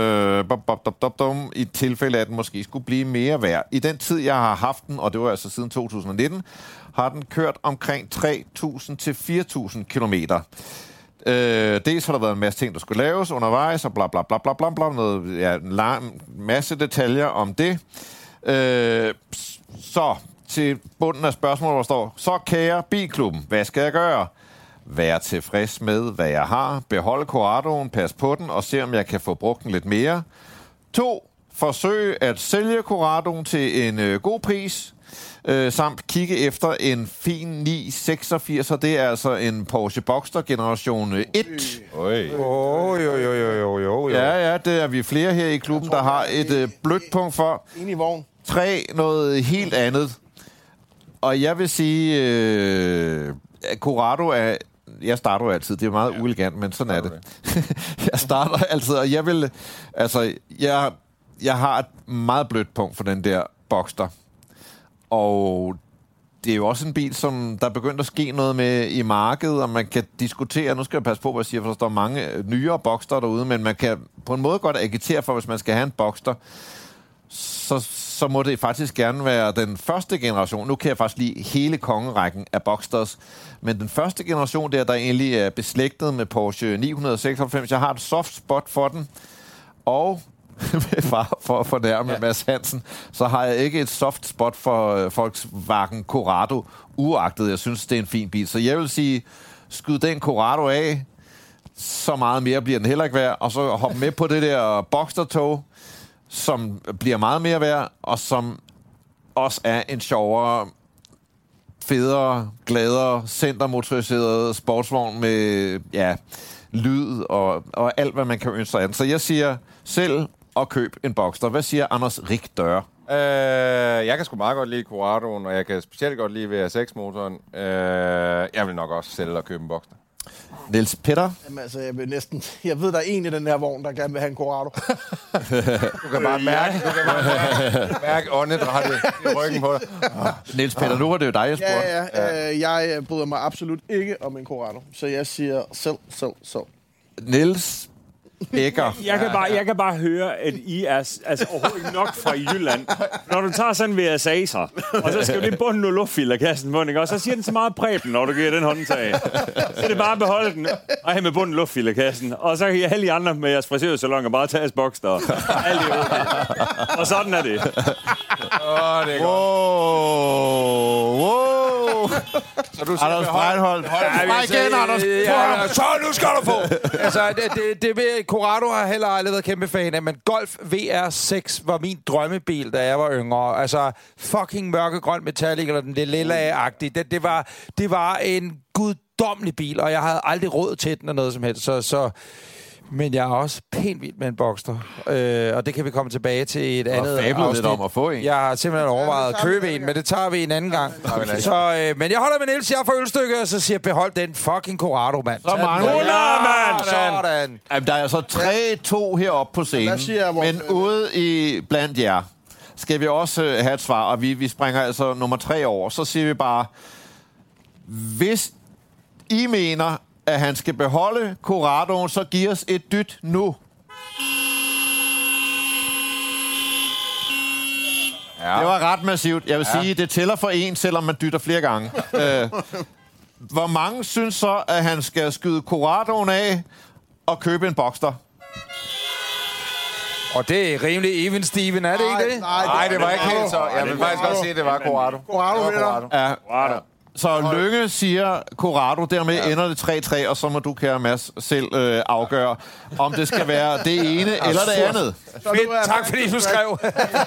i tilfælde af, at den måske skulle blive mere værd. I den tid, jeg har haft den, og det var altså siden 2019, har den kørt omkring 3.000 til 4.000 kilometer. Dels har der været en masse ting, der skulle laves undervejs, og bla bla bla bla bla bla, noget, ja, en lang masse detaljer om det. Så... til bunden af spørgsmålet, hvor der står, så kære Bilklubben, hvad skal jeg gøre? Vær tilfreds med, hvad jeg har. Beholde Corradoen, pas på den, og se, om jeg kan få brugt den lidt mere. 2. Forsøg at sælge Corradoen til en god pris, samt kigge efter en fin 986, og det er altså en Porsche Boxster generation 1. Jo. Ja, det er vi flere her i klubben, der har et blødt punkt for. 3. Noget helt andet. Og jeg vil sige, Corrado er... Jeg starter jo altid. Det er meget uelegant, men sådan er det. Jeg starter altid, og jeg vil... Altså, jeg har et meget blødt punkt for den der Boxster. Og det er jo også en bil, som der er begyndt at ske noget med i markedet, og man kan diskutere... Nu skal jeg passe på, hvad jeg siger, for der står mange nyere Boxster derude, men man kan på en måde godt agitere for, hvis man skal have en Boxster, så må det faktisk gerne være den første generation. Nu kan jeg faktisk lide hele kongerækken af Boxsters, men den første generation der egentlig er beslægtet med Porsche 996. Jeg har et soft spot for den, og for at fornærme Mads Hansen, så har jeg ikke et soft spot for Volkswagen Corrado, uagtet jeg synes, det er en fin bil. Så jeg vil sige, skyd den Corrado af, så meget mere bliver den heller ikke værd, og så hoppe med på det der Boxster-tog, som bliver meget mere værd, og som også er en sjovere, federe, gladere, centermotoriseret sportsvogn med lyd og alt, hvad man kan ønske sig af. Så jeg siger selv og køb en Boxster. Hvad siger Anders Richter? Jeg kan sgu meget godt lide Corradoen, og jeg kan specielt godt lide VRX-motoren. Jeg vil nok også sælge og købe en Boxster. Niels Peter? Jamen, altså, jeg ved, der er en i den her vogn, der gerne vil have en Corrado. Du kan bare mærke åndedrættet i ryggen på dig. Niels Peter, nu var det jo dig, jeg spurgte. Jeg bryder mig absolut ikke om en Corrado, så jeg siger selv. Niels Becker. Jeg kan bare høre, at I er overhovedet ikke nok fra Jylland. Når du tager sådan en VSA'er, og så skal du lige bunde noget luftfilterkassen på den, og så siger den så meget Preben, når du giver den håndtag. Så er det bare at beholde den, og have med bunden luftfilterkassen. Og så kan I alle de andre med jeres frisørsalonger bare tage jeres Boxster. Alt det okay. Og sådan er det. Det er wow. Så du siger, Anders Breinholt. Igen, Anders. Så nu skal du få. Altså, det ved Corrado har heller aldrig været kæmpe fan af, men Golf VR6 var min drømmebil, da jeg var yngre. Altså, fucking mørkegrøn metallic, eller den lilla-agtige. Det var en guddommelig bil, og jeg havde aldrig råd til den eller noget som helst. Men jeg er også pænt vild med en Boxster. Og det kan vi komme tilbage til i et andet afsnit. Lidt om at få en. Jeg har simpelthen overvejet at købe en, men det tager vi en anden gang. Men jeg holder med Niels, jeg får ølstykker, og så siger behold den fucking Corrado, mand. Så mange. Sådan. Jamen, der er altså 3-2 heroppe på scenen. Men ude blandt jer skal vi også have et svar, og vi springer altså nummer 3 over. Så siger vi bare, hvis I mener, at han skal beholde Corradoen, så giv os et dyt nu. Ja. Det var ret massivt. Jeg vil sige, det tæller for en, selvom man dytter flere gange. Hvor mange synes så, at han skal skyde Corradoen af og købe en Boxster? Og det er rimelig even, Steven, er det ikke det? Nej, det var ikke helt så. Jeg vil faktisk godt sige, at det var Corrado. Corrado. Så Lønge siger Corrado, dermed ender det 3-3, og så må du, kære Mads, selv afgøre, om det skal være det ene eller det andet. Fedt, tak fordi du skrev.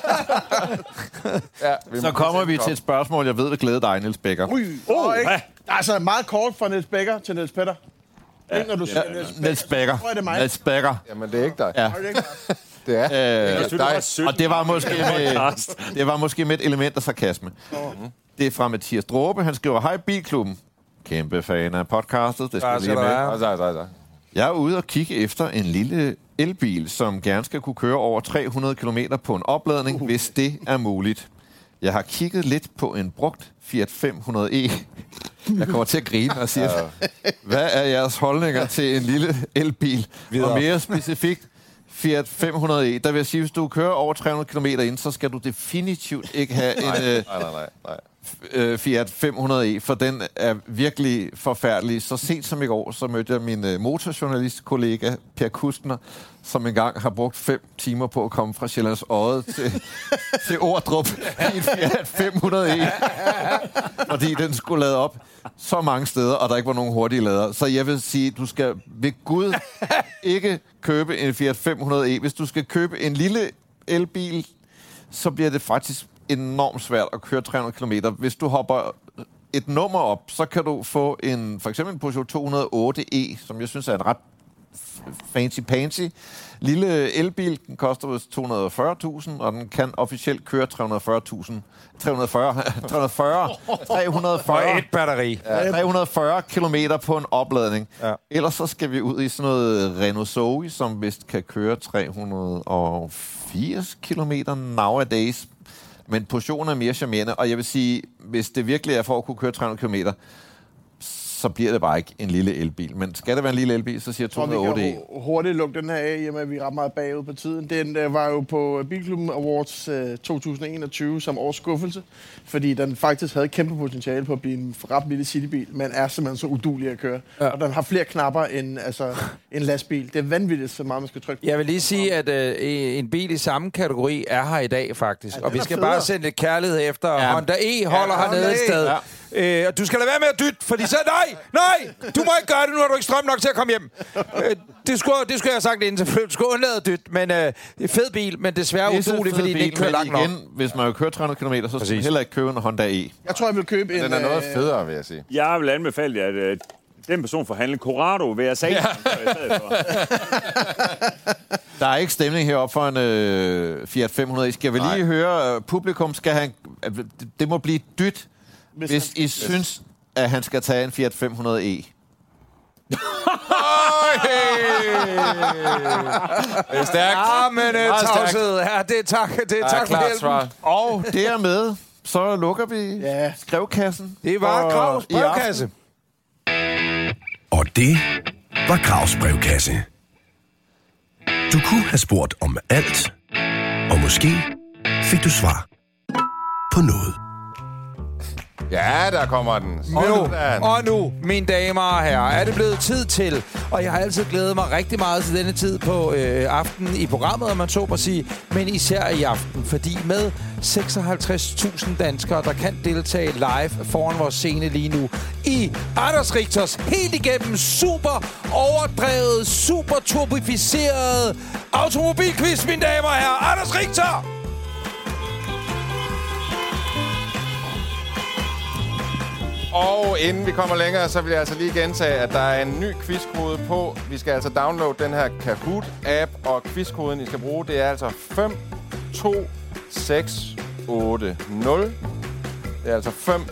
Så kommer vi til et spørgsmål, jeg ved, det glæder dig, Niels Becker. Altså, meget kort fra Niels Becker til Niels Peter. Når du siger Niels Becker. Niels Becker. Jamen, det er ikke dig. Ja. Det er og det var måske med et element af sarkasme. Det er fra Mathias Dråbe. Han skriver, hej Bilklubben. Kæmpe fan af podcastet. Det skal lige med. Jeg er ude og kigge efter en lille elbil, som gerne skal kunne køre over 300 km på en opladning, hvis det er muligt. Jeg har kigget lidt på en brugt Fiat 500e. Jeg kommer til at grine og siger, hvad er jeres holdninger til en lille elbil? Og mere specifikt, Fiat 500e. Der vil jeg sige, hvis du kører over 300 km ind, så skal du definitivt ikke have en Fiat 500e, for den er virkelig forfærdelig. Så sent som i går, så mødte jeg min motorjournalistkollega Per Kustner, som engang har brugt 5 timer på at komme fra Sjællands Odde til Ordrup i en Fiat 500e, fordi den skulle lade op så mange steder, og der ikke var nogen hurtige lader. Så jeg vil sige, du skal ved Gud ikke købe en Fiat 500e. Hvis du skal købe en lille elbil, så bliver det faktisk enormt svært at køre 300 km. Hvis du hopper et nummer op, så kan du få for eksempel en Peugeot 208e, som jeg synes er en ret fancy pansy. Lille elbil, den koster vist 240.000, og den kan officielt køre 340 et batteri. Ja, 340 kilometer på en opladning. Ja. Ellers så skal vi ud i sådan noget Renault Zoe, som vist kan køre 380 kilometer nowadays. Men portionen er mere charmerende, og jeg vil sige, hvis det virkelig er for at kunne køre 300 kilometer, så bliver det bare ikke en lille elbil. Men skal det være en lille elbil, så siger 208 vi kan hurtigt lukke den her af, i og med at vi er ret meget bagud på tiden. Den var jo på Bilklubben Awards 2021 som års skuffelse, fordi den faktisk havde kæmpe potentiale på at blive en ret lille citybil, men er simpelthen så uduelig at køre. Ja. Og den har flere knapper end en lastbil. Det er vanvittigt, så meget man skal trykke på. Jeg vil lige sige, at en bil i samme kategori er her i dag, faktisk. Ja, og vi skal bare sende lidt kærlighed efter. Honda E holder hernede et sted. Ja. Du skal lade være med at dytte, fordi så nej, du må ikke gøre det, nu har du ikke strøm nok til at komme hjem. Det skulle jeg have sagt inden, selvfølgelig. Du skulle undlade at dytte, men fed bil, men desværre uduelig, fordi den ikke kører langt nok. Hvis man vil køre 300 km, så skal man heller ikke købe en Honda E. Jeg tror, jeg vil købe en... Den er noget federe, vil jeg sige. Jeg vil anbefale jer, at den person får handlet Corrado ved at sige. Der er ikke stemning heroppe for en Fiat 500. Skal vi lige høre, publikum skal have... Det må blive dyt, hvis I synes, at han skal tage en Fiat 500e. Det er stærkt. Ja, men tavshed. Ja, det er tak for hjælpen. Og dermed, så lukker vi skrevkassen. Det var Gravs brevkasse. Og det var Gravs brevkasse. Du kunne have spurgt om alt, og måske fik du svar på noget. Ja, der kommer den. Og nu, mine damer og herrer, er det blevet tid til, og jeg har altid glædet mig rigtig meget til denne tid på aftenen i programmet, om man så må sige, men især i aften, fordi med 56.000 danskere, der kan deltage live foran vores scene lige nu, i Anders Richters helt igennem super overdrevet, super turbificeret automobilquiz, mine damer og herrer. Anders Richter! Og inden vi kommer længere, så vil jeg altså lige gentage, at der er en ny quizkode på. Vi skal altså downloade den her Kahoot-app, og quizkoden, I skal bruge, det er altså 52680. Det er altså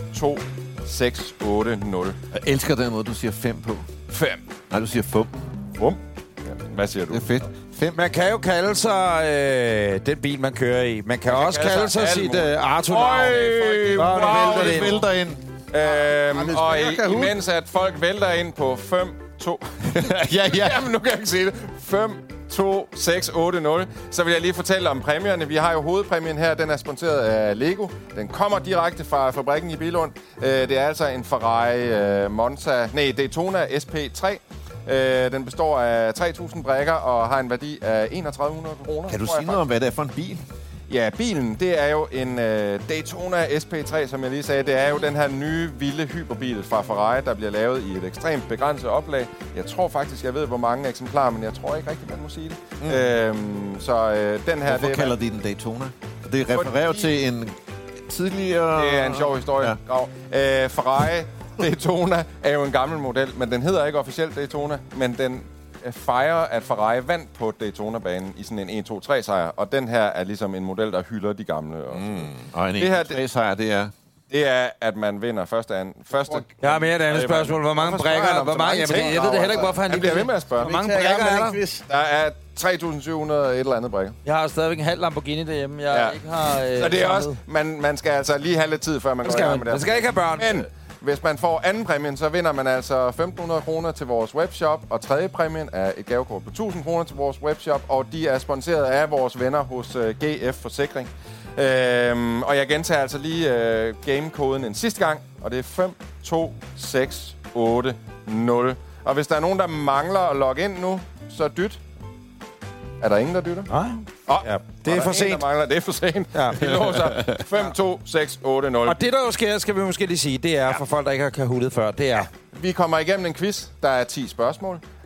52680. Jeg elsker den måde, du siger 5 på. 5. Nej, du siger 5. Bum. Ja, hvad siger du? Det er fedt. 5. Man kan jo kalde sig den bil, man kører i. Man kan også kalde sig sit Arthur-navn. Det vælter ind. Og imens at folk vælter ind på 5-2... Jamen, nu kan jeg ikke se det. 5-2-6-8-0. Så vil jeg lige fortælle om præmierne. Vi har jo hovedpræmien her. Den er sponsoreret af Lego. Den kommer direkte fra fabrikken i Billund. Det er altså en Ferrari Daytona SP3. Den består af 3.000 brikker og har en værdi af 1.300 kroner. Kan du sige noget om, hvad det er for en bil? Ja, bilen, det er jo en Daytona SP3, som jeg lige sagde. Det er jo den her nye, vilde hyperbil fra Ferrari, der bliver lavet i et ekstremt begrænset oplag. Jeg tror faktisk, jeg ved, hvor mange eksemplarer, men jeg tror ikke rigtigt, man må sige det. Den her... Hvorfor kalder de den Daytona? Det refererer til en tidligere... Det er en sjov historie. Ja. Ferrari Daytona er jo en gammel model, men den hedder ikke officielt Daytona, men den fejrer, at Ferrari vandt på Daytona-banen i sådan en 1-2-3-sejr, og den her er ligesom en model, der hylder de gamle. Og en 1-2-3-sejr, det er... Det er, at man vinder første. Jeg har mere et andet spørgsmål. Hvor mange brækker? Hvor mange? Jeg ved det heller ikke, hvorfor han bliver ved med at spørge. Hvor mange brækker er der? Der er 3.700 et eller andet brækker. Jeg har stadigvæk en halv Lamborghini derhjemme. Jeg ikke har... Så det er også... Man skal altså lige have lidt tid, før man går i gang med det. Man skal ikke have børn. Men hvis man får anden præmien, så vinder man altså 1.500 kroner til vores webshop, og tredje præmien er et gavekort på 1.000 kroner til vores webshop, og de er sponsoreret af vores venner hos GF Forsikring. Og jeg gentager altså lige gamekoden en sidste gang, og det er 52680. Og hvis der er nogen, der mangler at logge ind nu, så dyt. Er der ingen, der dytter? Nej. Ja, det er for sent. Det er for sent. Ja. Vi låser 52680. Og det, der jo sker, skal vi måske lige sige, det er for folk, der ikke har kahuttet før, det er... Vi kommer igennem en quiz. Der er 10 spørgsmål.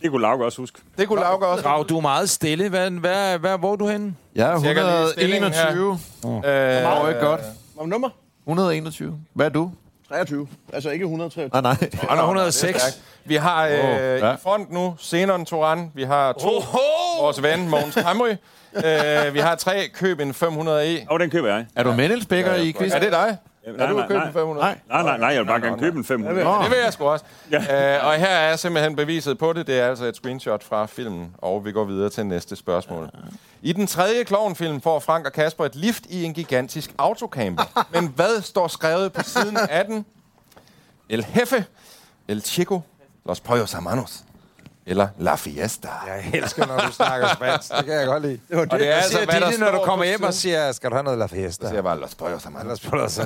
Det kunne Lauke også huske. Det kunne Lauke også. Rav, du er meget stille. Hvor er du henne? Jeg er Cirka lige 121. Hvor ikke godt. Hvad nummer? 121. Hvad er du? 23. Altså ikke 123. Nej. Han er 106. Vi har i front nu Zenon Toran. Vi har 2. Vores ven, Mogens Hamry. Vi har 3. Køb en 500E. Den køber jeg. Er du Mendelsbækker i quizzen? Er det dig? Nej, du købt en 500? Nej, jeg vil bare gerne købe en 500. Det vil jeg sgu også. Og her er simpelthen beviset på det. Det er altså et screenshot fra filmen, og vi går videre til næste spørgsmål. I den tredje klovnfilm får Frank og Kasper et lift i en gigantisk autocamper. Men hvad står skrevet på siden af den? El Jefe, El Chico, Los Pollos Hermanos eller La Fiesta. Jeg elsker, når du snakker spansk. Det kan jeg godt lide. Og det er altså, hvad der når du står kommer på hjem og siden. siger, skal du have noget La Fiesta? Så siger jeg bare Los Pollos Hermanos.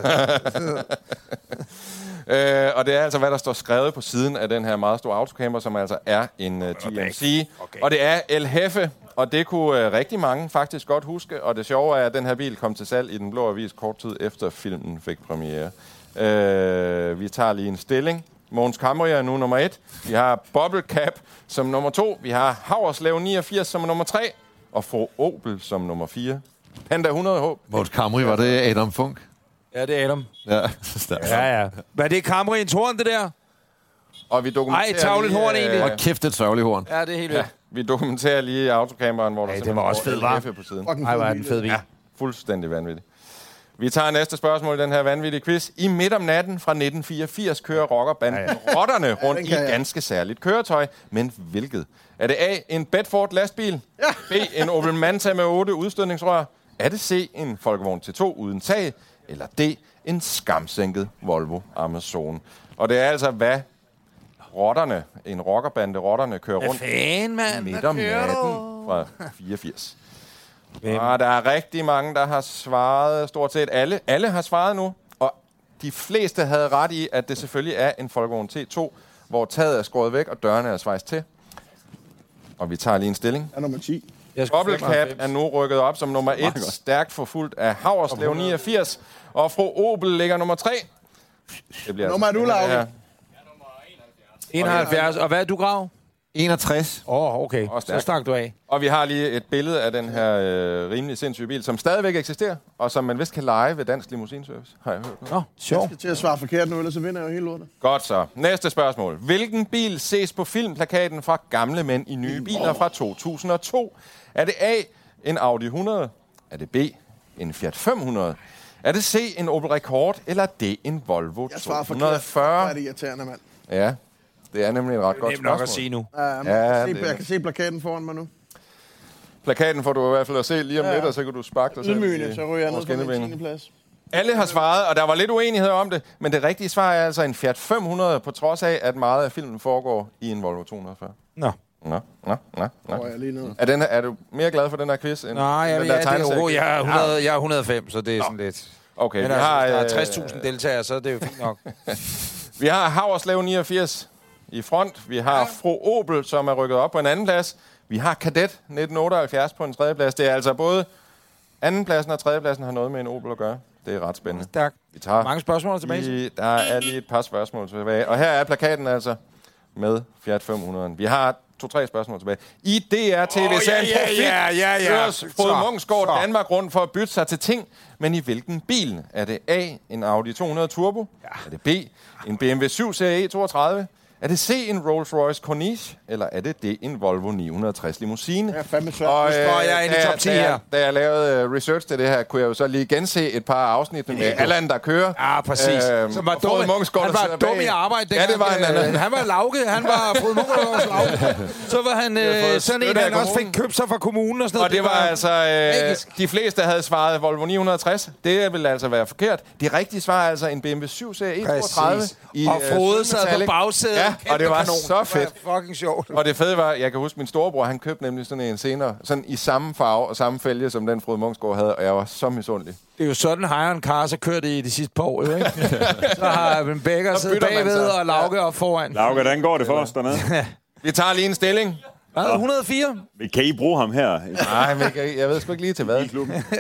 Og det er altså, hvad der står skrevet på siden af den her meget store autocamper, som altså er en GMC. Okay. Og det er El Jefe, og det kunne rigtig mange faktisk godt huske. Og det sjove er, at den her bil kom til salg i Den Blå Avis kort tid efter filmen fik premiere. Vi tager lige en stilling. Mogens Hamry er nu nummer 1. Vi har Bubble Cap som nummer 2. Vi har Haverslev 89 som nummer 3. Og Fru Opel som nummer 4. Panda 100H. Mogens Hamry, var det Adam Funk? Ja, det er Adam. Ja. Hvad er det Hamry en horn, det der? Og vi dokumenterer tavlet horn egentlig. Og kæft, et sørgeligt horn. Ja, det er helt vildt. Vi dokumenterer lige autocamperen, hvor der det var også fedt, var. på siden. Ej, var den fed bil. Ja, fuldstændig vanvittigt. Vi tager næste spørgsmål i den her vanvittige quiz. I midt om natten fra 1984 kører rockerbanden Rotterne rundt i et ganske særligt køretøj. Men hvilket? Er det A, en Bedford lastbil? B, en Opel Manta med 8 udstødningsrør? Er det C, en Folkevogn T2 uden tag? Eller D, en skamsænket Volvo Amazon? Og det er altså, hvad Rotterne, en rockerbande Rotterne, kører rundt midt om natten fra 84. Og der er rigtig mange, der har svaret, stort set alle. Alle har svaret nu, og de fleste havde ret i, at det selvfølgelig er en Folkevogn T2, hvor taget er skåret væk, og dørene er svejst til. Og vi tager lige en stilling. Er nummer 10. Bubble Cap er nu rykket op som nummer 1, stærkt forfulgt af Haverslev 89, og Fru Opel ligger nummer 3. Det bliver nummer er du, Lauke? 71. Og hvad er du, Grav? 61. Okay. Så stak du af. Og vi har lige et billede af den her rimelig sindssyge bil, som stadigvæk eksisterer, og som man vist kan lege ved Dansk Limousineservice. Har jeg hørt. Sjovt. Jeg skal til at svare forkert nu, ellers så vinder jeg jo hele lortet. Godt så. Næste spørgsmål. Hvilken bil ses på filmplakaten fra Gamle Mænd i Nye Biler fra 2002? Er det A, en Audi 100? Er det B, en Fiat 500? Er det C, en Opel Rekord? Eller D, en Volvo 240? Jeg svarer forkert. Det er irriterende, mand. Ja. Det er nemlig et ret godt spørgsmål. Det er nok at sige nu. Jeg kan se plakaten foran mig nu. Plakaten får du i hvert fald at se lige om lidt, og så kan du sparke dig selv. Ydmygende, så ryger jeg ned på min 10. plads. Alle har svaret, og der var lidt uenighed om det, men det rigtige svar er altså en Fiat 500, på trods af, at meget af filmen foregår i en Volvo 240. Nå. Er du mere glad for den her quiz? Nej, jeg er 105, så det er sådan lidt... Okay, men vi har... Der er 60.000 deltagere, så det er jo fint nok. Vi har Haverslev 89 i front. Vi har Fru Opel, som er rykket op på en anden plads. Vi har Kadett 1978 på en tredje plads. Det er altså både andenpladsen og tredjepladsen har noget med en Opel at gøre. Det er ret spændende. Tak. Vi tager mange spørgsmål tilbage. Der er lige et par spørgsmål tilbage. Og her er plakaten altså med Fiat 500. Vi har 2-3 spørgsmål tilbage. I DR-TV-serien Frode Munksgaard Danmark rundt for at bytte sig til ting. Men i hvilken bil? Er det A, en Audi 200 Turbo? Er det B, en BMW 7 Serie E32? Er det C, en Rolls-Royce Corniche? Eller er det D, en Volvo 960 Limousine? Jeg er fandme svært. Og jeg er inde i top 10 her. Da jeg lavede research til det her, kunne jeg jo så lige gense et par afsnit med Allan, der kører. Ja, præcis. Som var dum. Han var dum i arbejde. Ja, det var han. Han var Lauke. Han var Frode Munksgaards Lauke. Så var han sådan en, han også fik købt sig fra kommunen og sådan noget. Og det var altså... de fleste havde svaret Volvo 960. Det ville altså være forkert. Det rigtige svar er altså en BMW 7 Serie E32. Og Frode sad på bagsædet. Ja, og det var så fedt. Det var fucking sjovt. Og det fede var, jeg kan huske min storebror, han købte nemlig sådan en senere, sådan i samme farve og samme fælge, som den Frode Munksgaard havde, og jeg var så misundelig. Det er jo sådan, Hiron Cars har kørt i de sidste par år, ikke? Så har Ben Becker siddet bagved og Lauke op foran. Lauke, hvordan går det for os dernede? Vi tager lige en stilling. 104? Kan I bruge ham her? Nej, men jeg ved sgu ikke lige til hvad.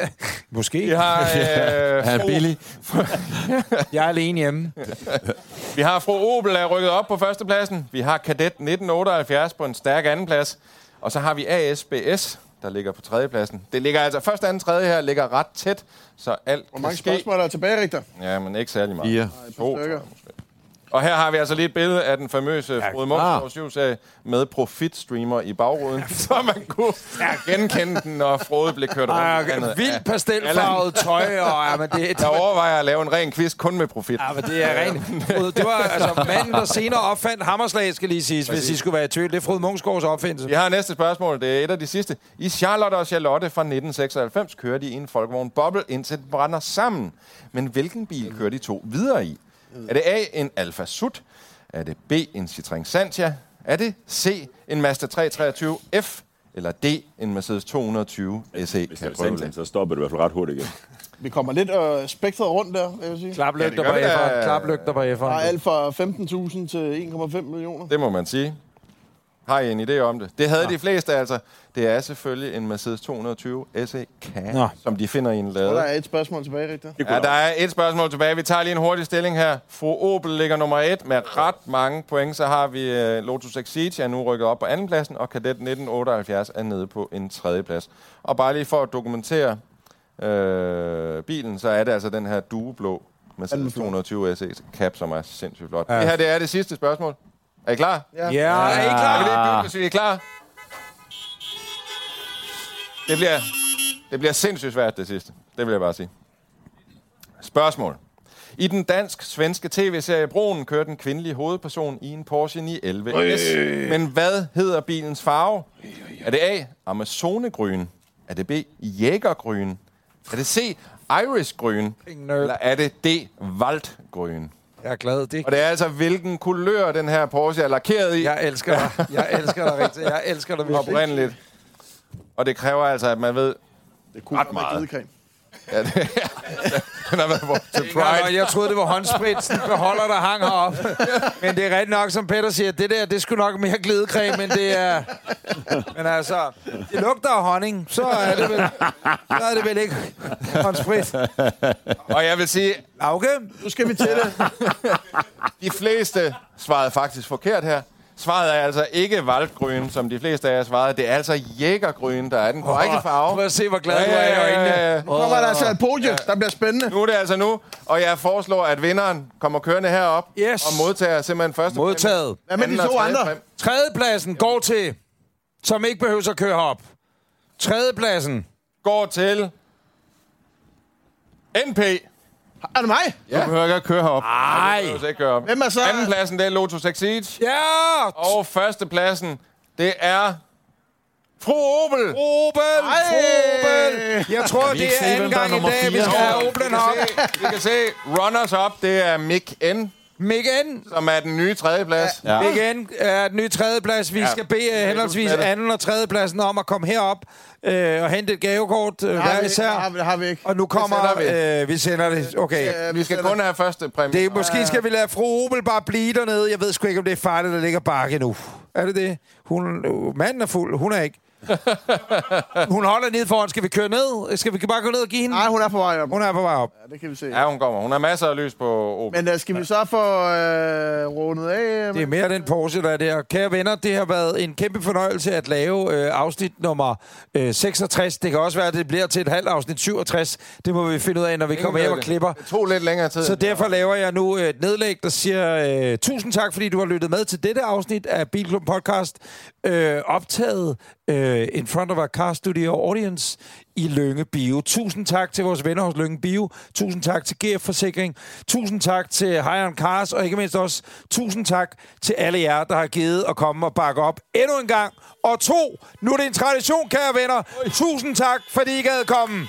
Måske. Vi har... Han er billig. Jeg er alene hjemme. Vi har Fru Opel er rykket op på førstepladsen. Vi har Kadett 1978 på en stærk andenplads. Og så har vi ASBS, der ligger på tredjepladsen. Det ligger altså første, anden, tredje her, ligger ret tæt, så alt Hvor mange spørgsmål er der tilbage, Richter? Ja, men ikke særlig meget. 4. 2. Og her har vi altså lige et billede af den famøse Frode Munchsgaard med profitstreamer i bagruden, så man kunne genkende den, når Frode blev kørt rundt. Vildt pastelfarvet tøj, og men det... Jeg overvejer at lave en ren quiz kun med profit. Ja, men det er rent. Det var altså manden, der senere opfandt hammerslag, skal lige siges, hvis I skulle være i tvivl. Det er Frode Munchsgaards opfindelse. Vi har næste spørgsmål. Det er et af de sidste. I Charlotte og Charlotte fra 1996 kører de i en folkevogn Bobble, indtil den brænder sammen. Men hvilken bil kører de to videre i? Er det A, en Alfa Sut? Er det B, en Citroën Santia? Er det C, en Mazda 323 F? Eller D, en Mercedes 220 SE? Så stopper det i hvert fald ret hurtigt igen. Vi kommer lidt spektret rundt der, vil jeg sige. Klaplygter på F'eren. Klaplygter på F'eren. Der er alt fra 15.000 til 1,5 millioner. Det må man sige. Har I en idé om det? Det havde de fleste altså. Det er selvfølgelig en Mercedes 220 SE Cab, som de finder i en lade. Og der er et spørgsmål tilbage, Richter. Ja, der er et spørgsmål tilbage. Vi tager lige en hurtig stilling her. Fru Opel ligger nummer 1 med ret mange point. Så har vi Lotus Exige er nu rykket op på andenpladsen, og Kadett 1978 er nede på en tredjeplads. Og bare lige for at dokumentere bilen, så er det altså den her dueblå Mercedes 220 SE Cab, som er sindssygt flot. Ja. Det her, det er det sidste spørgsmål. Er I klar? Ja. Er I klar? Kan vi lige hvis vi er klar? Det bliver sindssygt svært, det sidste. Det vil jeg bare sige. Spørgsmål. I den dansk-svenske tv-serie Broen kører den kvindelige hovedperson i en Porsche 911 S. Men hvad hedder bilens farve? Er det A, Amazonegrøn? Er det B, Jægergrøn? Er det C, Irisgrøn? Eller er det D, Waldgrøn? Jeg er glad. Og det er altså, hvilken kulør den her Porsche er lakeret i. Jeg elsker dig. Jeg elsker dig rigtigt. Jeg elsker dig virkelig. Oprindeligt. Og det kræver altså, at man ved ret meget. Ja, den har været til Pride. Jeg troede, det var håndspritsen beholder, der hang heroppe. Men det er rigtigt nok, som Peter siger, det der, det skulle nok mere glidecreme, men det er... Men altså, det lugter af honning, så er det vel ikke håndsprit. Og jeg vil sige... Lauke, nu skal vi til det. De fleste svarede faktisk forkert her. Svaret er altså ikke Waldgrøn, som de fleste af jer svarede. Det er altså Jægergrøn, der er den korrekte farve. Prøv at se, hvor glad du er i øjnene. Nu kommer der altså et podie, der bliver spændende. Nu er det altså nu, og jeg foreslår, at vinderen kommer kørende herop og modtager simpelthen første. Modtaget. Hvad med de to andre? Tredjepladsen går til, som ikke behøver at køre herop. Tredjepladsen går til NP. Er det mig? Ja. Du behøver ikke at køre herop. Nej. Hvem er så? Andenpladsen, det er Lotus Exige. Ja! Og førstepladsen, det er Fru Opel. Fru Opel. Jeg tror, det er anden gang i dag, vi skal have Opelen op. Vi kan se runners up, det er Mick N. Mick N. Som er den nye tredjeplads. Ja. Mick N er den nye tredjeplads. Vi skal bede henholdsvis anden og tredjepladsen om at komme herop og hente et gavekort hver især. Det har vi ikke. Og nu kommer... vi sender det. Okay. Vi skal kun have første præmie. Måske skal vi lade Fru Opel bare blive dernede. Jeg ved sgu ikke, om det er farligt, der ligger bakke nu. Er det det? Manden er fuld. Hun er ikke. Hun holder ned foran. Skal vi køre ned? Skal vi bare gå ned og give hende? Nej, hun er på vej op. Hun er på vej op. Ja, det kan vi se. Ja, hun kommer. Hun har masser af lys på Opel. Men skal vi så få rundet af? Det er mere den Porsche, der er der. Kære venner, det har været en kæmpe fornøjelse at lave afsnit nummer 66. Det kan også være, at det bliver til et halvt afsnit 67. Det må vi finde ud af, når vi kommer hjem og klipper. Det tog lidt længere tid. Så derfor laver jeg nu et nedlæg, der siger tusind tak, fordi du har lyttet med til dette afsnit af Bilklubben Podcast. Optaget in front of a car studio audience i Lynge Bio. Tusind tak til vores venner hos Lynge Bio. Tusind tak til GF Forsikring. Tusind tak til High Cars. Og ikke mindst også tusind tak til alle jer, der har givet at komme og bakke op endnu en gang. Og 2, nu er det en tradition, kære venner. Tusind tak, fordi I gad komme.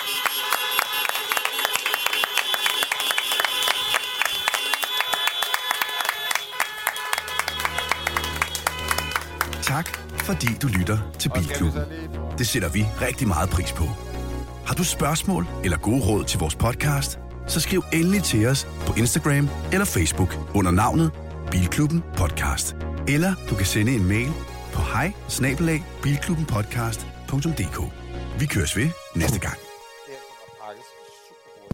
Tak, fordi du lytter til Bilklubben. Det sætter vi rigtig meget pris på. Har du spørgsmål eller gode råd til vores podcast, så skriv endelig til os på Instagram eller Facebook under navnet Bilklubben Podcast. Eller du kan sende en mail på hej@bilklubbenpodcast.dk. Vi køres ved næste gang.